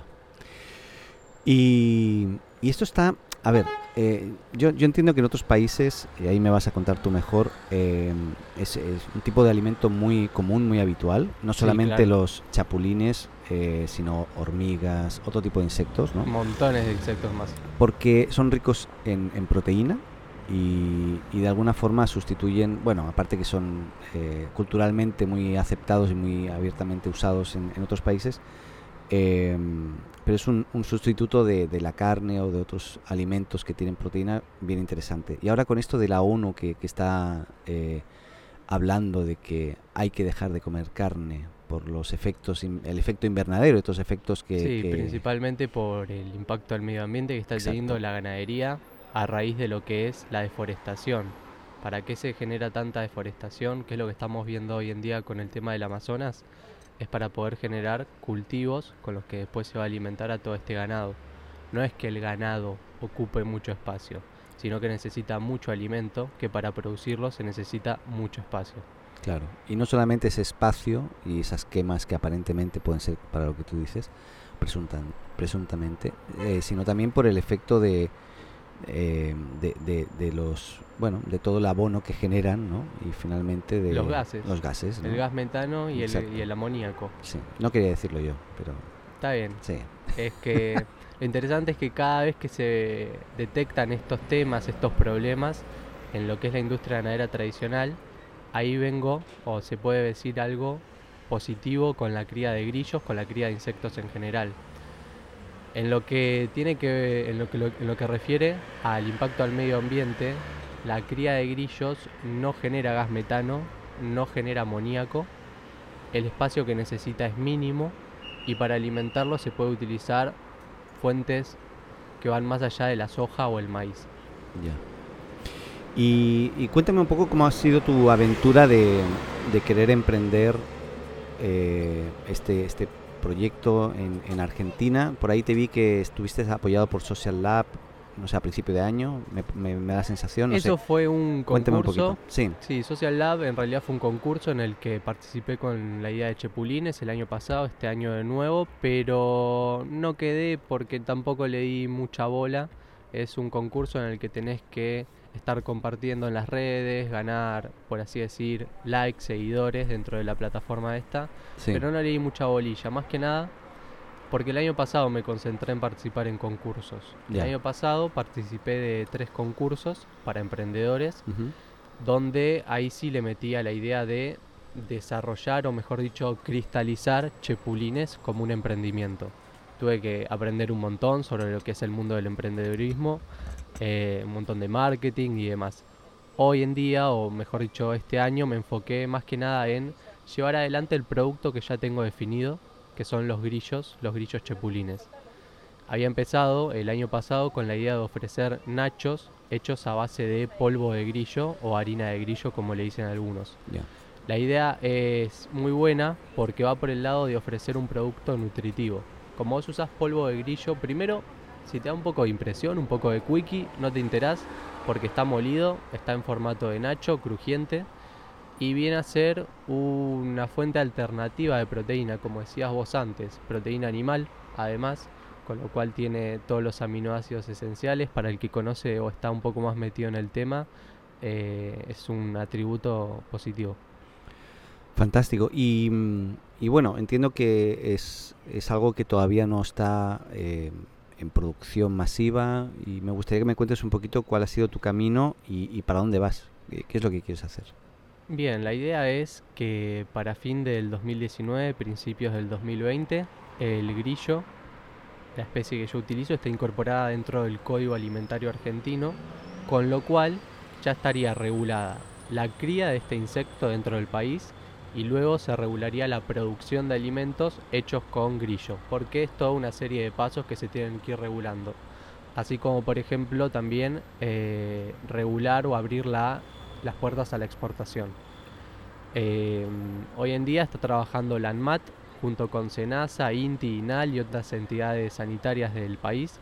Y, y esto está, a ver, eh, yo, yo entiendo que en otros países, y ahí me vas a contar tú mejor, eh, es, es un tipo de alimento muy común, muy habitual. No Sí, solamente claro. los chapulines, eh, sino hormigas, otro tipo de insectos, ¿no? Montones de insectos más. Porque son ricos en, en proteína y, y de alguna forma sustituyen, bueno, aparte que son eh, culturalmente muy aceptados y muy abiertamente usados en, en otros países, eh, pero es un, un sustituto de, de la carne o de otros alimentos que tienen proteína bien interesante. Y ahora con esto de la ONU que, que está eh, hablando de que hay que dejar de comer carne por los efectos, in- el efecto invernadero, estos efectos que... Sí, que- principalmente por el impacto al medio ambiente que está Exacto. teniendo la ganadería a raíz de lo que es la deforestación. ¿Para qué se genera tanta deforestación? ¿Qué es lo que estamos viendo hoy en día con el tema del Amazonas? Es para poder generar cultivos con los que después se va a alimentar a todo este ganado. No es que el ganado ocupe mucho espacio, sino que necesita mucho alimento, que para producirlo se necesita mucho espacio. Claro, y no solamente ese espacio y esas quemas que aparentemente pueden ser para lo que tú dices, presuntan, presuntamente, eh, sino también por el efecto de, eh, de, de, de los, bueno, de todo el abono que generan, ¿no? Y finalmente de los gases. Los gases, ¿no? El gas metano y el, Exacto. y el amoníaco. Sí, no quería decirlo yo, pero Está bien. sí. Es que lo interesante es que cada vez que se detectan estos temas, estos problemas, en lo que es la industria ganadera tradicional, ahí vengo, o se puede decir algo positivo con la cría de grillos, con la cría de insectos en general. En lo que tiene que, en lo que, en lo que refiere al impacto al medio ambiente, la cría de grillos no genera gas metano, no genera amoníaco, el espacio que necesita es mínimo y para alimentarlo se puede utilizar fuentes que van más allá de la soja o el maíz. Ya. Y, y cuéntame un poco cómo ha sido tu aventura de, de querer emprender eh, este, este proyecto en, en Argentina. Por ahí te vi que estuviste apoyado por Social Lab, no sé, a principio de año, me, me, me da la sensación. No Eso sé. fue un Cuéntame un concurso. poquito. Sí. Sí, Social Lab en realidad fue un concurso en el que participé con la idea de Chepulines el año pasado, este año de nuevo, pero no quedé porque tampoco le di mucha bola. Es un concurso en el que tenés que estar compartiendo en las redes, ganar, por así decir, likes, seguidores dentro de la plataforma esta, Sí. pero no le di mucha bolilla, más que nada porque el año pasado me concentré en participar en concursos. Ya. El año pasado participé de tres concursos para emprendedores, Ujú. donde ahí sí le metía la idea de desarrollar, o mejor dicho, cristalizar Chepulines como un emprendimiento. Tuve que aprender un montón sobre lo que es el mundo del emprendedurismo, eh, un montón de marketing y demás. Hoy en día, o mejor dicho, este año me enfoqué más que nada en llevar adelante el producto que ya tengo definido, que son los grillos, los grillos chepulines. Había empezado el año pasado con la idea de ofrecer nachos hechos a base de polvo de grillo o harina de grillo, como le dicen algunos. Ya. La idea es muy buena porque va por el lado de ofrecer un producto nutritivo. Como vos usás polvo de grillo, primero, si te da un poco de impresión, un poco de quickie, no te enterás porque está molido, está en formato de nacho, crujiente, y viene a ser una fuente alternativa de proteína, como decías vos antes, proteína animal, además, con lo cual tiene todos los aminoácidos esenciales. Para el que conoce o está un poco más metido en el tema, eh, es un atributo positivo. Fantástico. Y, mm, y bueno, entiendo que es, es algo que todavía no está eh, en producción masiva y me gustaría que me cuentes un poquito cuál ha sido tu camino y, y para dónde vas, qué, qué es lo que quieres hacer. Bien, la idea es que para fin del dos mil diecinueve, principios del dos mil veinte, el grillo, la especie que yo utilizo, está incorporada dentro del Código Alimentario Argentino, con lo cual ya estaría regulada la cría de este insecto dentro del país y luego se regularía la producción de alimentos hechos con grillo, porque es toda una serie de pasos que se tienen que ir regulando. Así como, por ejemplo, también eh, regular o abrir la, las puertas a la exportación. Eh, hoy en día está trabajando la ANMAT junto con SENASA, INTI, INAL y otras entidades sanitarias del país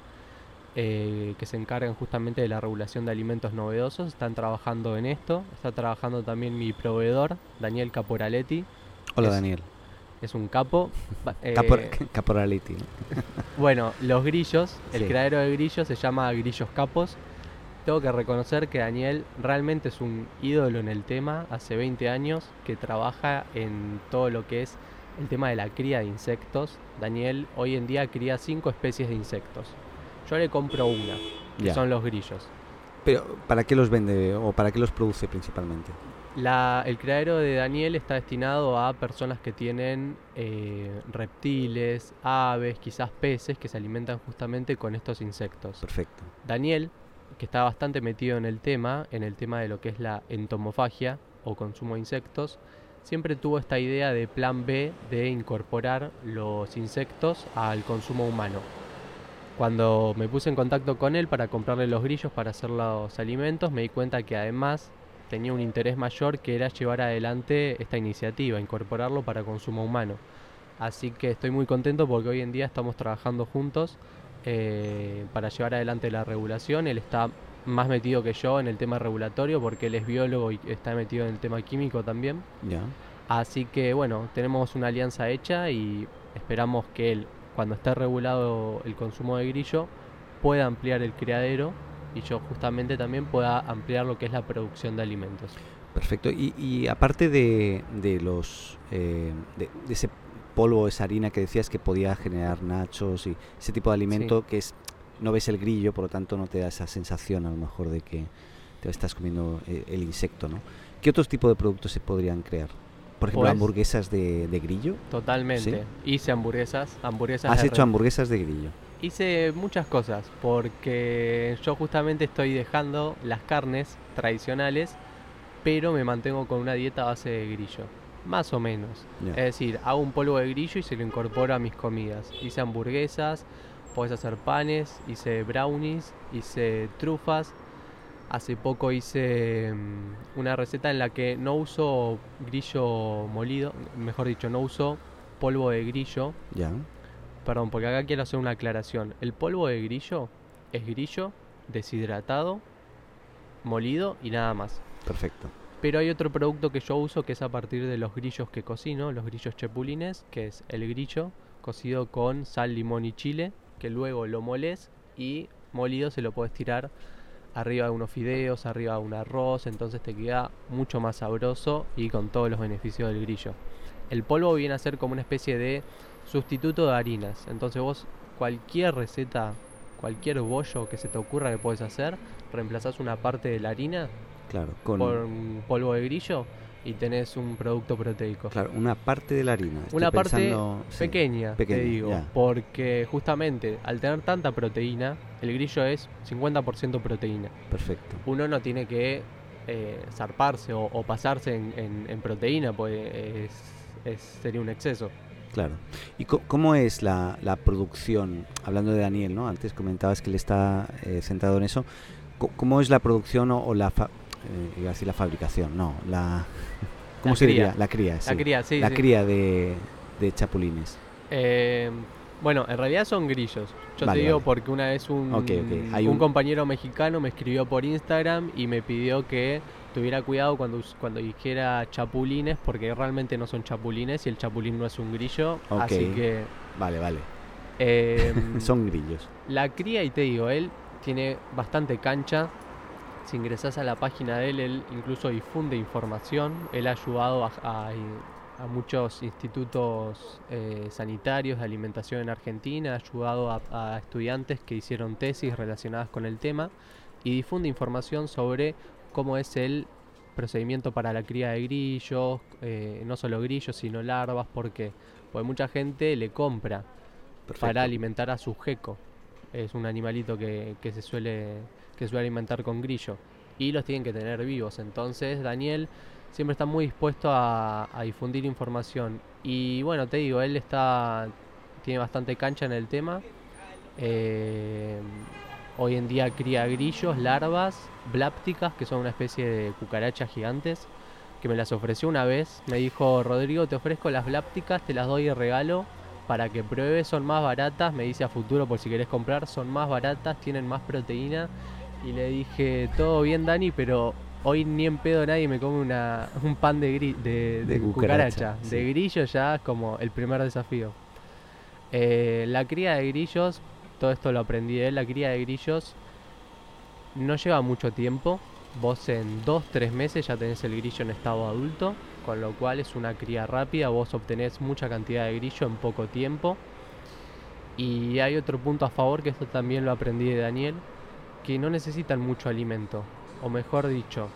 eh, que se encargan justamente de la regulación de alimentos novedosos. Están trabajando en esto. Está trabajando también mi proveedor, Daniel Caporaletti. Hola, es, Daniel. Es un capo. Eh, Capor Caporaletti, ¿no? Bueno, los grillos, el Sí. criadero de grillos se llama Grillos Capos. Tengo que reconocer que Daniel realmente es un ídolo en el tema. Hace veinte años que trabaja en todo lo que es el tema de la cría de insectos. Daniel hoy en día cría cinco especies de insectos. Yo le compro una, que Ya. son los grillos. Pero, ¿para qué los vende o para qué los produce principalmente? La, el criadero de Daniel está destinado a personas que tienen eh, reptiles, aves, quizás peces que se alimentan justamente con estos insectos. Perfecto. Daniel, que está bastante metido en el tema, en el tema de lo que es la entomofagia o consumo de insectos, siempre tuvo esta idea de plan B de incorporar los insectos al consumo humano. Cuando me puse en contacto con él para comprarle los grillos para hacer los alimentos, me di cuenta que además tenía un interés mayor, que era llevar adelante esta iniciativa, incorporarlo para consumo humano. Así que estoy muy contento porque hoy en día estamos trabajando juntos eh, para llevar adelante la regulación. Él está más metido que yo en el tema regulatorio porque él es biólogo y está metido en el tema químico también. Ya. Así que bueno, tenemos una alianza hecha y esperamos que él, cuando esté regulado el consumo de grillo, pueda ampliar el criadero y yo justamente también pueda ampliar lo que es la producción de alimentos. Perfecto. Y, y aparte de, de los eh, de, de ese polvo, esa harina que decías que podía generar nachos y ese tipo de alimento, sí, que es, no ves el grillo, por lo tanto no te da esa sensación a lo mejor de que te estás comiendo el, el insecto, ¿no? ¿Qué otros tipos de productos se podrían crear? Por ejemplo, pues, hamburguesas de, de grillo. Totalmente. ¿Sí? Hice hamburguesas, hamburguesas. ¿Has hecho hamburguesas de grillo? Hice muchas cosas, porque yo justamente estoy dejando las carnes tradicionales, pero me mantengo con una dieta a base de grillo, más o menos. Yeah. Es decir, hago un polvo de grillo y se lo incorporo a mis comidas. Hice hamburguesas, podés hacer panes, hice brownies, hice trufas. Hace poco hice um, una receta en la que no uso grillo molido, mejor dicho, no uso polvo de grillo. Ya. Yeah. Perdón, porque acá quiero hacer una aclaración. El polvo de grillo es grillo deshidratado, molido y nada más. Perfecto. Pero hay otro producto que yo uso que es a partir de los grillos que cocino, los grillos chapulines, que es el grillo cocido con sal, limón y chile, que luego lo molés y molido se lo podés tirar arriba de unos fideos, arriba de un arroz, entonces te queda mucho más sabroso y con todos los beneficios del grillo. El polvo viene a ser como una especie de sustituto de harinas, entonces vos cualquier receta, cualquier bollo que se te ocurra que podés hacer, reemplazás una parte de la harina, claro, con por polvo de grillo y tenés un producto proteico. Claro, una parte de la harina. Estoy una parte pensando, pequeña, sí, pequeña, te digo, ya. Porque justamente al tener tanta proteína, el grillo es cincuenta por ciento proteína. Perfecto. Uno no tiene que eh, zarparse o, o pasarse en, en, en proteína, pues es, es, sería un exceso. Claro. ¿Y co- cómo es la, la producción? Hablando de Daniel, ¿no? Antes comentabas que él está eh, centrado en eso. C- ¿Cómo es la producción o, o la fa- eh, iba a decir la fabricación? No, la ¿cómo la se cría. diría? La cría, sí. La cría, sí. La sí. cría de, de chapulines. Eh, bueno, en realidad son grillos. Yo vale, te digo vale. porque una vez un, okay, okay. Hay un, un compañero mexicano me escribió por Instagram y me pidió que tuviera cuidado cuando, cuando dijera chapulines, porque realmente no son chapulines y el chapulín no es un grillo, okay. así que... Vale, vale. Eh, son grillos. La cría, y te digo, él tiene bastante cancha. Si ingresás a la página de él, él incluso difunde información. Él ha ayudado a, a, a muchos institutos eh, sanitarios de alimentación en Argentina, ha ayudado a, a estudiantes que hicieron tesis relacionadas con el tema y difunde información sobre cómo es el procedimiento para la cría de grillos, eh, no solo grillos, sino larvas. ¿Por qué? Porque mucha gente le compra Perfecto. Para alimentar a su gecko. Es un animalito que, que se suele que suele alimentar con grillo y los tienen que tener vivos. Entonces Daniel siempre está muy dispuesto a, a difundir información y bueno, te digo, él está tiene bastante cancha en el tema. Eh, hoy en día cría grillos, larvas, blápticas, que son una especie de cucarachas gigantes, que me las ofreció una vez. Me dijo: Rodrigo, te ofrezco las blápticas, te las doy de regalo para que pruebes, son más baratas, me dice a futuro por si querés comprar, son más baratas, tienen más proteína. Y le dije: todo bien, Dani, pero hoy ni en pedo nadie me come una, un pan de, gri- de, de, de cucaracha, cucaracha. Sí. De grillo ya es como el primer desafío. Eh, la cría de grillos, todo esto lo aprendí de él, la cría de grillos no lleva mucho tiempo. Vos en dos, tres meses ya tenés el grillo en estado adulto, con lo cual es una cría rápida, vos obtenés mucha cantidad de grillo en poco tiempo. Y hay otro punto a favor, que esto también lo aprendí de Daniel, que no necesitan mucho alimento, o mejor dicho,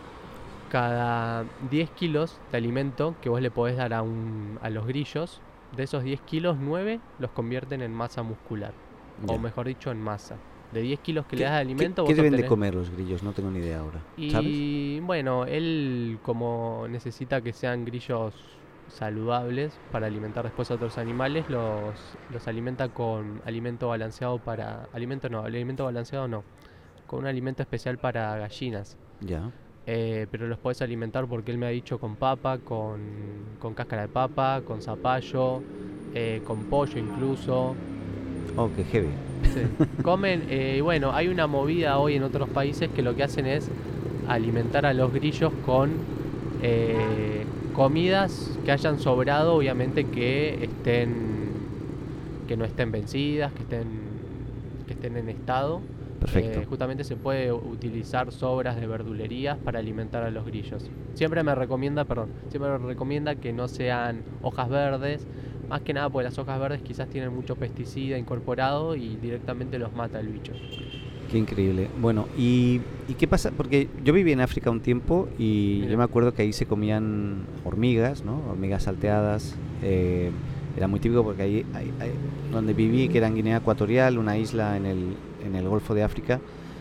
cada diez kilos de alimento que vos le podés dar a, un, a los grillos, de esos diez kilos, nueve los convierten en masa muscular, yeah. o mejor dicho, en masa. De diez kilos que le das de alimento... ¿Qué, vos ¿qué deben obtenés... de comer los grillos? No tengo ni idea ahora. Y ¿sabes? Bueno, él como necesita que sean grillos saludables para alimentar después a otros animales, los, los alimenta con alimento balanceado para... Alimento no, alimento balanceado no. Con un alimento especial para gallinas. Ya. Eh, pero los podés alimentar, porque él me ha dicho, con papa, con, con cáscara de papa, con zapallo, eh, con pollo incluso. Oh, qué heavy. Sí. Comen, y eh, bueno, hay una movida hoy en otros países que lo que hacen es alimentar a los grillos con eh, comidas que hayan sobrado, obviamente que estén, que no estén vencidas, que estén, que estén en estado. Perfecto. Eh, justamente se puede utilizar sobras de verdulerías para alimentar a los grillos. Siempre me recomienda, perdón, siempre me recomienda que no sean hojas verdes, más que nada porque las hojas verdes quizás tienen mucho pesticida incorporado y directamente los mata el bicho. Qué increíble. Bueno, ¿y, ¿y qué pasa? Porque yo viví en África un tiempo y Mira. yo me acuerdo que ahí se comían hormigas, ¿no? Hormigas salteadas. Eh, era muy típico porque ahí, ahí, ahí donde viví, que era en Guinea Ecuatorial, una isla en el, en el Golfo de África,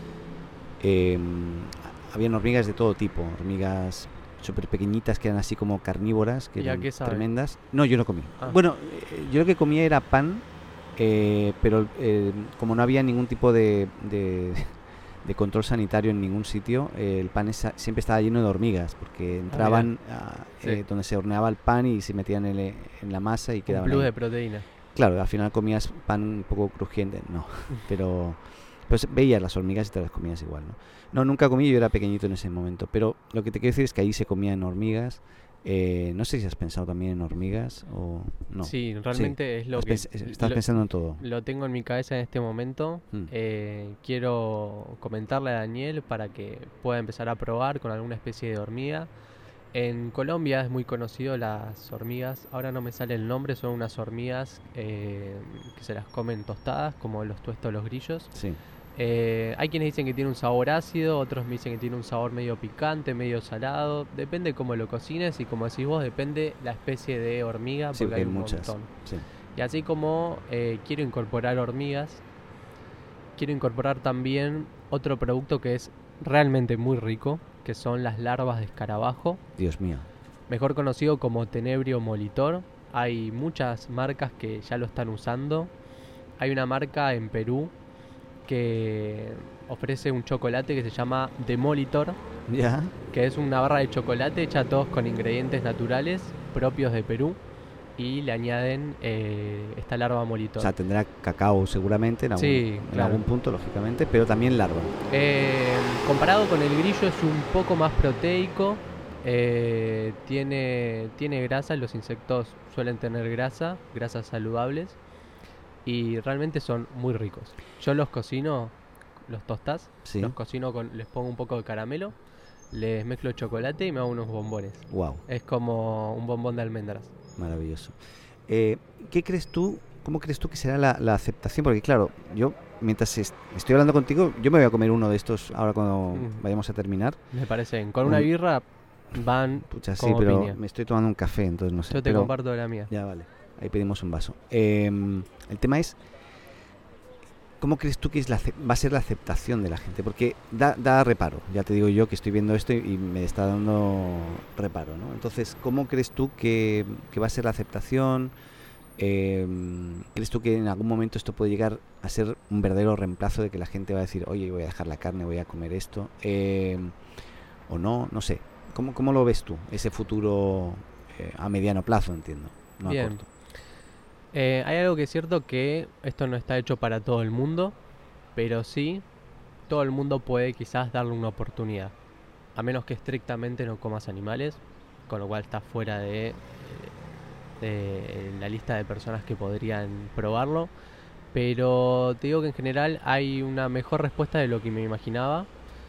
eh, habían hormigas de todo tipo, hormigas súper pequeñitas que eran así como carnívoras, que eran tremendas. No, yo no comí. Ah. Bueno, eh, yo lo que comía era pan, eh, pero eh, como no había ningún tipo de, de, de control sanitario en ningún sitio, eh, el pan esa, siempre estaba lleno de hormigas, porque entraban ah, a, sí. eh, donde se horneaba el pan y se metían en, el, en la masa y quedaban. Un plus ahí. de proteína. Claro, al final comías pan un poco crujiente, no, pero pues veías las hormigas y te las comías igual, ¿no? No, nunca comí, yo era pequeñito en ese momento, pero lo que te quiero decir es que ahí se comían hormigas. Eh, no sé si has pensado también en hormigas o no. Sí, realmente sí. es lo has que... Pens- estás lo, pensando en todo. Lo tengo en mi cabeza en este momento. Mm. Eh, quiero comentarle a Daniel para que pueda empezar a probar con alguna especie de hormiga. En Colombia es muy conocido las hormigas, ahora no me sale el nombre, son unas hormigas eh, que se las comen tostadas, como los tuestos los grillos. Sí. Eh, hay quienes dicen que tiene un sabor ácido, otros me dicen que tiene un sabor medio picante, medio salado. Depende cómo lo cocines y como decís vos, depende la especie de hormiga, porque, sí, porque hay, hay un muchas. montón. Sí. Y así como eh, quiero incorporar hormigas, quiero incorporar también otro producto que es realmente muy rico, que son las larvas de escarabajo. Dios mío. Mejor conocido como Tenebrio molitor. Hay muchas marcas que ya lo están usando. Hay una marca en Perú que ofrece un chocolate que se llama Demolitor, ¿Ya? que es una barra de chocolate hecha todos con ingredientes naturales propios de Perú y le añaden eh, esta larva molitor. O sea, tendrá cacao seguramente en algún, sí, en claro. algún punto, lógicamente, pero también larva. Eh, comparado con el grillo es un poco más proteico, eh, tiene, tiene grasa, los insectos suelen tener grasa, grasas saludables. Y realmente son muy ricos. Yo los cocino, los tostas, sí. los cocino con, les pongo un poco de caramelo, les mezclo chocolate y me hago unos bombones. Wow. Es como un bombón de almendras. Maravilloso. Eh, ¿Qué crees tú? ¿Cómo crees tú que será la, la aceptación? Porque claro, yo mientras est- estoy hablando contigo, yo me voy a comer uno de estos ahora cuando mm. vayamos a terminar. Me parece bien. Con una un... birra van. Pucha, como sí, pero piña. Me estoy tomando un café, entonces no sé. Yo te pero... comparto de la mía. Ya, vale. Ahí pedimos un vaso. Eh, el tema es, ¿cómo crees tú que es la, va a ser la aceptación de la gente? Porque da, da reparo, ya te digo yo que estoy viendo esto y, y me está dando reparo, ¿no? Entonces, ¿cómo crees tú que, que va a ser la aceptación? Eh, ¿Crees tú que en algún momento esto puede llegar a ser un verdadero reemplazo de que la gente va a decir, oye, voy a dejar la carne, voy a comer esto? Eh, ¿O no? No sé. ¿Cómo, cómo lo ves tú, ese futuro eh, a mediano plazo, entiendo? No Bien. a corto. Eh, hay algo que es cierto, que esto no está hecho para todo el mundo, pero sí, todo el mundo puede quizás darle una oportunidad, a menos que estrictamente no comas animales, con lo cual está fuera de, de la lista de personas que podrían probarlo. Pero te digo que en general hay una mejor respuesta de lo que me imaginaba.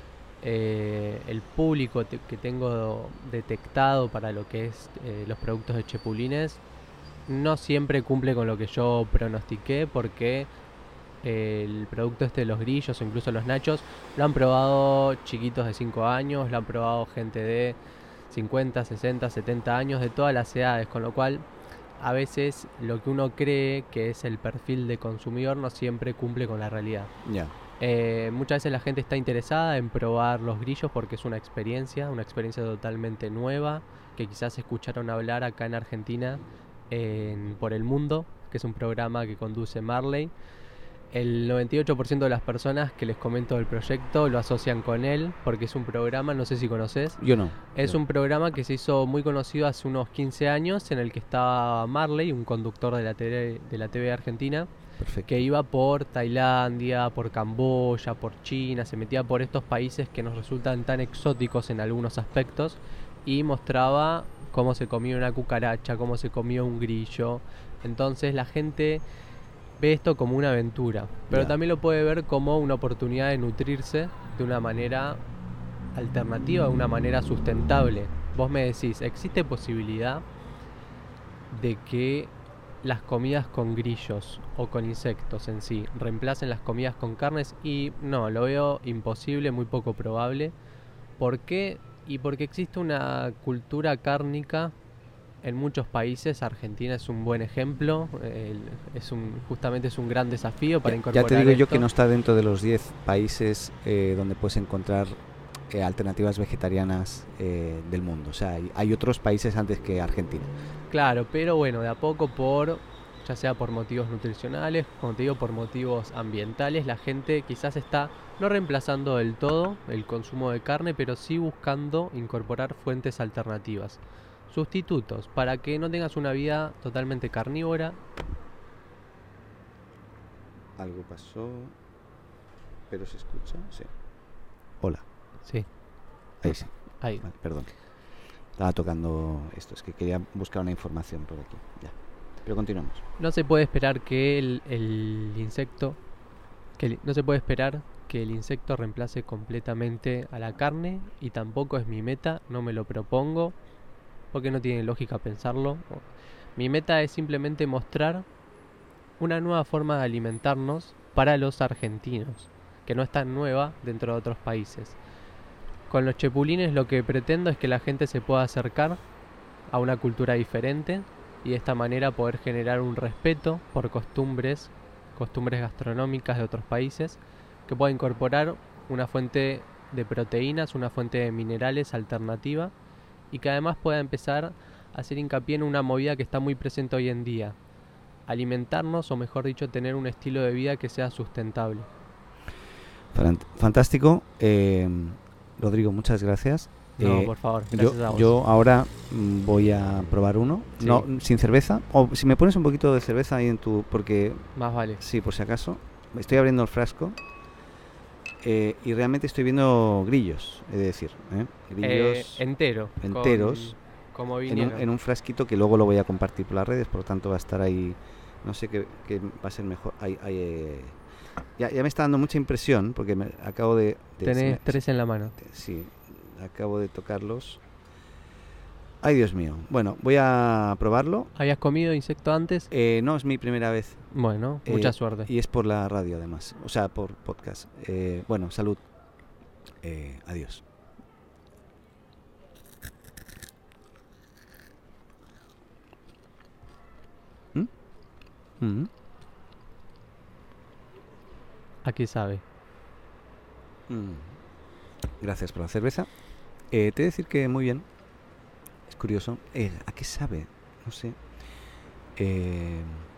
Eh, el público te, que tengo detectado para lo que es eh, los productos de Chepulines no siempre cumple con lo que yo pronostiqué, porque eh, el producto este de los grillos o incluso los nachos lo han probado chiquitos de cinco años, lo han probado gente de cincuenta, sesenta, setenta años, de todas las edades, con lo cual a veces lo que uno cree que es el perfil de consumidor no siempre cumple con la realidad. Ya. Yeah. Eh, muchas veces la gente está interesada en probar los grillos porque es una experiencia, una experiencia totalmente nueva, que quizás escucharon hablar acá en Argentina en Por el Mundo, que es un programa que conduce Marley. El noventa y ocho por ciento de las personas que les comento del proyecto lo asocian con él, porque es un programa, no sé si conoces. Yo no. Es no. un programa que se hizo muy conocido hace unos quince años, en el que estaba Marley, un conductor de la T V, de la T V argentina. Perfecto. Que iba por Tailandia, por Camboya, por China, se metía por estos países que nos resultan tan exóticos en algunos aspectos y mostraba cómo se comía una cucaracha, cómo se comía un grillo. Entonces la gente ve esto como una aventura, pero Ya. también lo puede ver como una oportunidad de nutrirse de una manera alternativa, de una manera sustentable. Vos me decís, ¿existe posibilidad de que las comidas con grillos o con insectos en sí reemplacen las comidas con carnes? Y no, lo veo imposible, muy poco probable. ¿Por qué? Y porque existe una cultura cárnica en muchos países. Argentina es un buen ejemplo, el- es un, justamente es un gran desafío para Ya, incorporar ya te digo yo esto. que no está dentro de los diez países eh, donde puedes encontrar eh, alternativas vegetarianas eh, del mundo. O sea, hay, hay otros países antes que Argentina. Claro, pero bueno, de a poco por, ya sea por motivos nutricionales, como te digo, por motivos ambientales, la gente quizás está no reemplazando del todo el consumo de carne, pero sí buscando incorporar fuentes alternativas, sustitutos, para que no tengas una vida totalmente carnívora. Algo pasó, pero se escucha. Sí. Hola. Sí, Ahí sí. ahí. Vale, perdón. Estaba tocando esto, es que quería buscar una información por aquí. Ya. Pero continuamos. No se puede esperar que el, el insecto, que el- no se puede esperar que el insecto reemplace completamente a la carne, y tampoco es mi meta, no me lo propongo, porque no tiene lógica pensarlo. Mi meta es simplemente mostrar una nueva forma de alimentarnos para los argentinos, que no es tan nueva dentro de otros países. Con los chepulines lo que pretendo es que la gente se pueda acercar a una cultura diferente y de esta manera poder generar un respeto por costumbres, costumbres gastronómicas de otros países, que pueda incorporar una fuente de proteínas, una fuente de minerales alternativa, y que además pueda empezar a hacer hincapié en una movida que está muy presente hoy en día: alimentarnos, o mejor dicho, tener un estilo de vida que sea sustentable. Fan- Fantástico. Eh, Rodrigo, muchas gracias. No, Eh, por favor, gracias a yo, vos. yo ahora mm, voy a probar uno. Sí. No, sin cerveza. O si me pones un poquito de cerveza ahí en tu... Porque, Más vale. sí, por si acaso. Estoy abriendo el frasco. eh, y realmente estoy viendo grillos, es decir. ¿eh? Eh, Grillos entero. con- enteros como en, vinieron. un, en un frasquito que luego lo voy a compartir por las redes. Por lo tanto va a estar ahí... No sé qué, qué va a ser mejor. Ahí, ahí, eh, ya, ya me está dando mucha impresión porque me acabo de... de- se Tenés me- tres en la mano. Sí, acabo de tocarlos. Ay, Dios mío. Bueno, voy a probarlo. ¿Habías comido insecto antes? Eh, no es mi primera vez. Bueno, Eh, mucha suerte. Y es por la radio, además. O sea, por podcast. Eh, bueno, salud. Eh, adiós. ¿Mm? ¿Mm? ¿A qué sabe? Mm. Gracias por la cerveza. Eh, te he de decir que muy bien. Es curioso. Eh, ¿a qué sabe? No sé. Eh,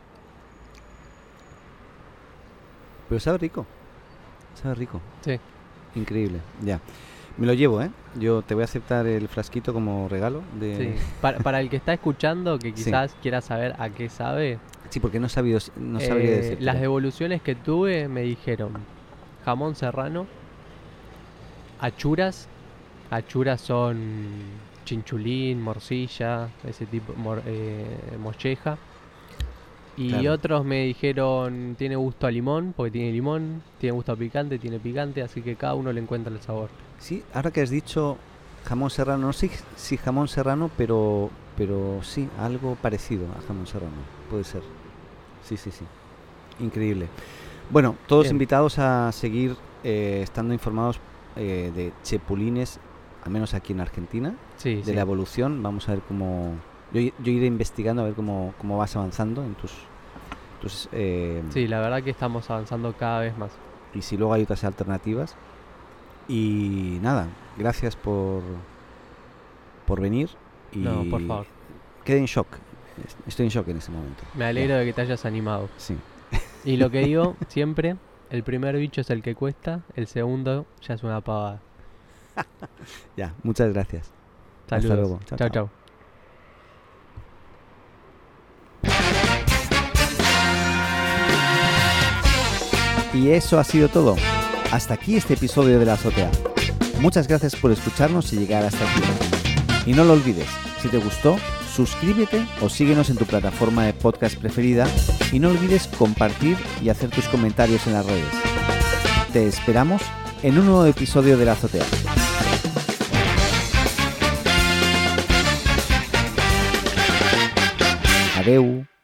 pero sabe rico. Sabe rico. Sí. Increíble. Ya. Me lo llevo, ¿eh? Yo te voy a aceptar el frasquito como regalo. De... Sí. Para, para el que está escuchando, que Sí. quizás quiera saber a qué sabe, Sí, porque no, he sabido, no sabría eh, decir. las devoluciones que tuve me dijeron jamón serrano, achuras. Achuras son chinchulín, morcilla, ese tipo, mor- eh, molleja. Y Claro. otros me dijeron tiene gusto a limón, porque tiene limón, tiene gusto a picante, tiene picante, así que cada uno le encuentra el sabor. Sí, ahora que has dicho jamón serrano, no sé si jamón serrano, pero pero sí, algo parecido a jamón serrano, puede ser. Sí, sí, sí. Increíble. Bueno, todos Bien. invitados a seguir eh, estando informados eh, de chepulines, al menos aquí en Argentina, Sí, de sí. la evolución. Vamos a ver cómo... Yo, yo iré investigando a ver cómo, cómo vas avanzando en tus... tus eh, Sí, la verdad que estamos avanzando cada vez más. y si luego hay otras alternativas. Y nada, gracias por por venir. Y No, por favor. Quedé en shock. Es- Estoy en shock en ese momento. Me alegro de que te hayas animado. Sí. Y lo que digo siempre, el primer bicho es el que cuesta, el segundo ya es una pavada. Ya, muchas gracias. Hasta Saludos. luego. Chao, Chao, chao. chao. Y eso ha sido todo. Hasta aquí este episodio de La Azotea. Muchas gracias por escucharnos y llegar hasta aquí. Y no lo olvides, si te gustó, suscríbete o síguenos en tu plataforma de podcast preferida Y no olvides compartir y hacer tus comentarios en las redes. Te esperamos en un nuevo episodio de La Azotea. Adeu.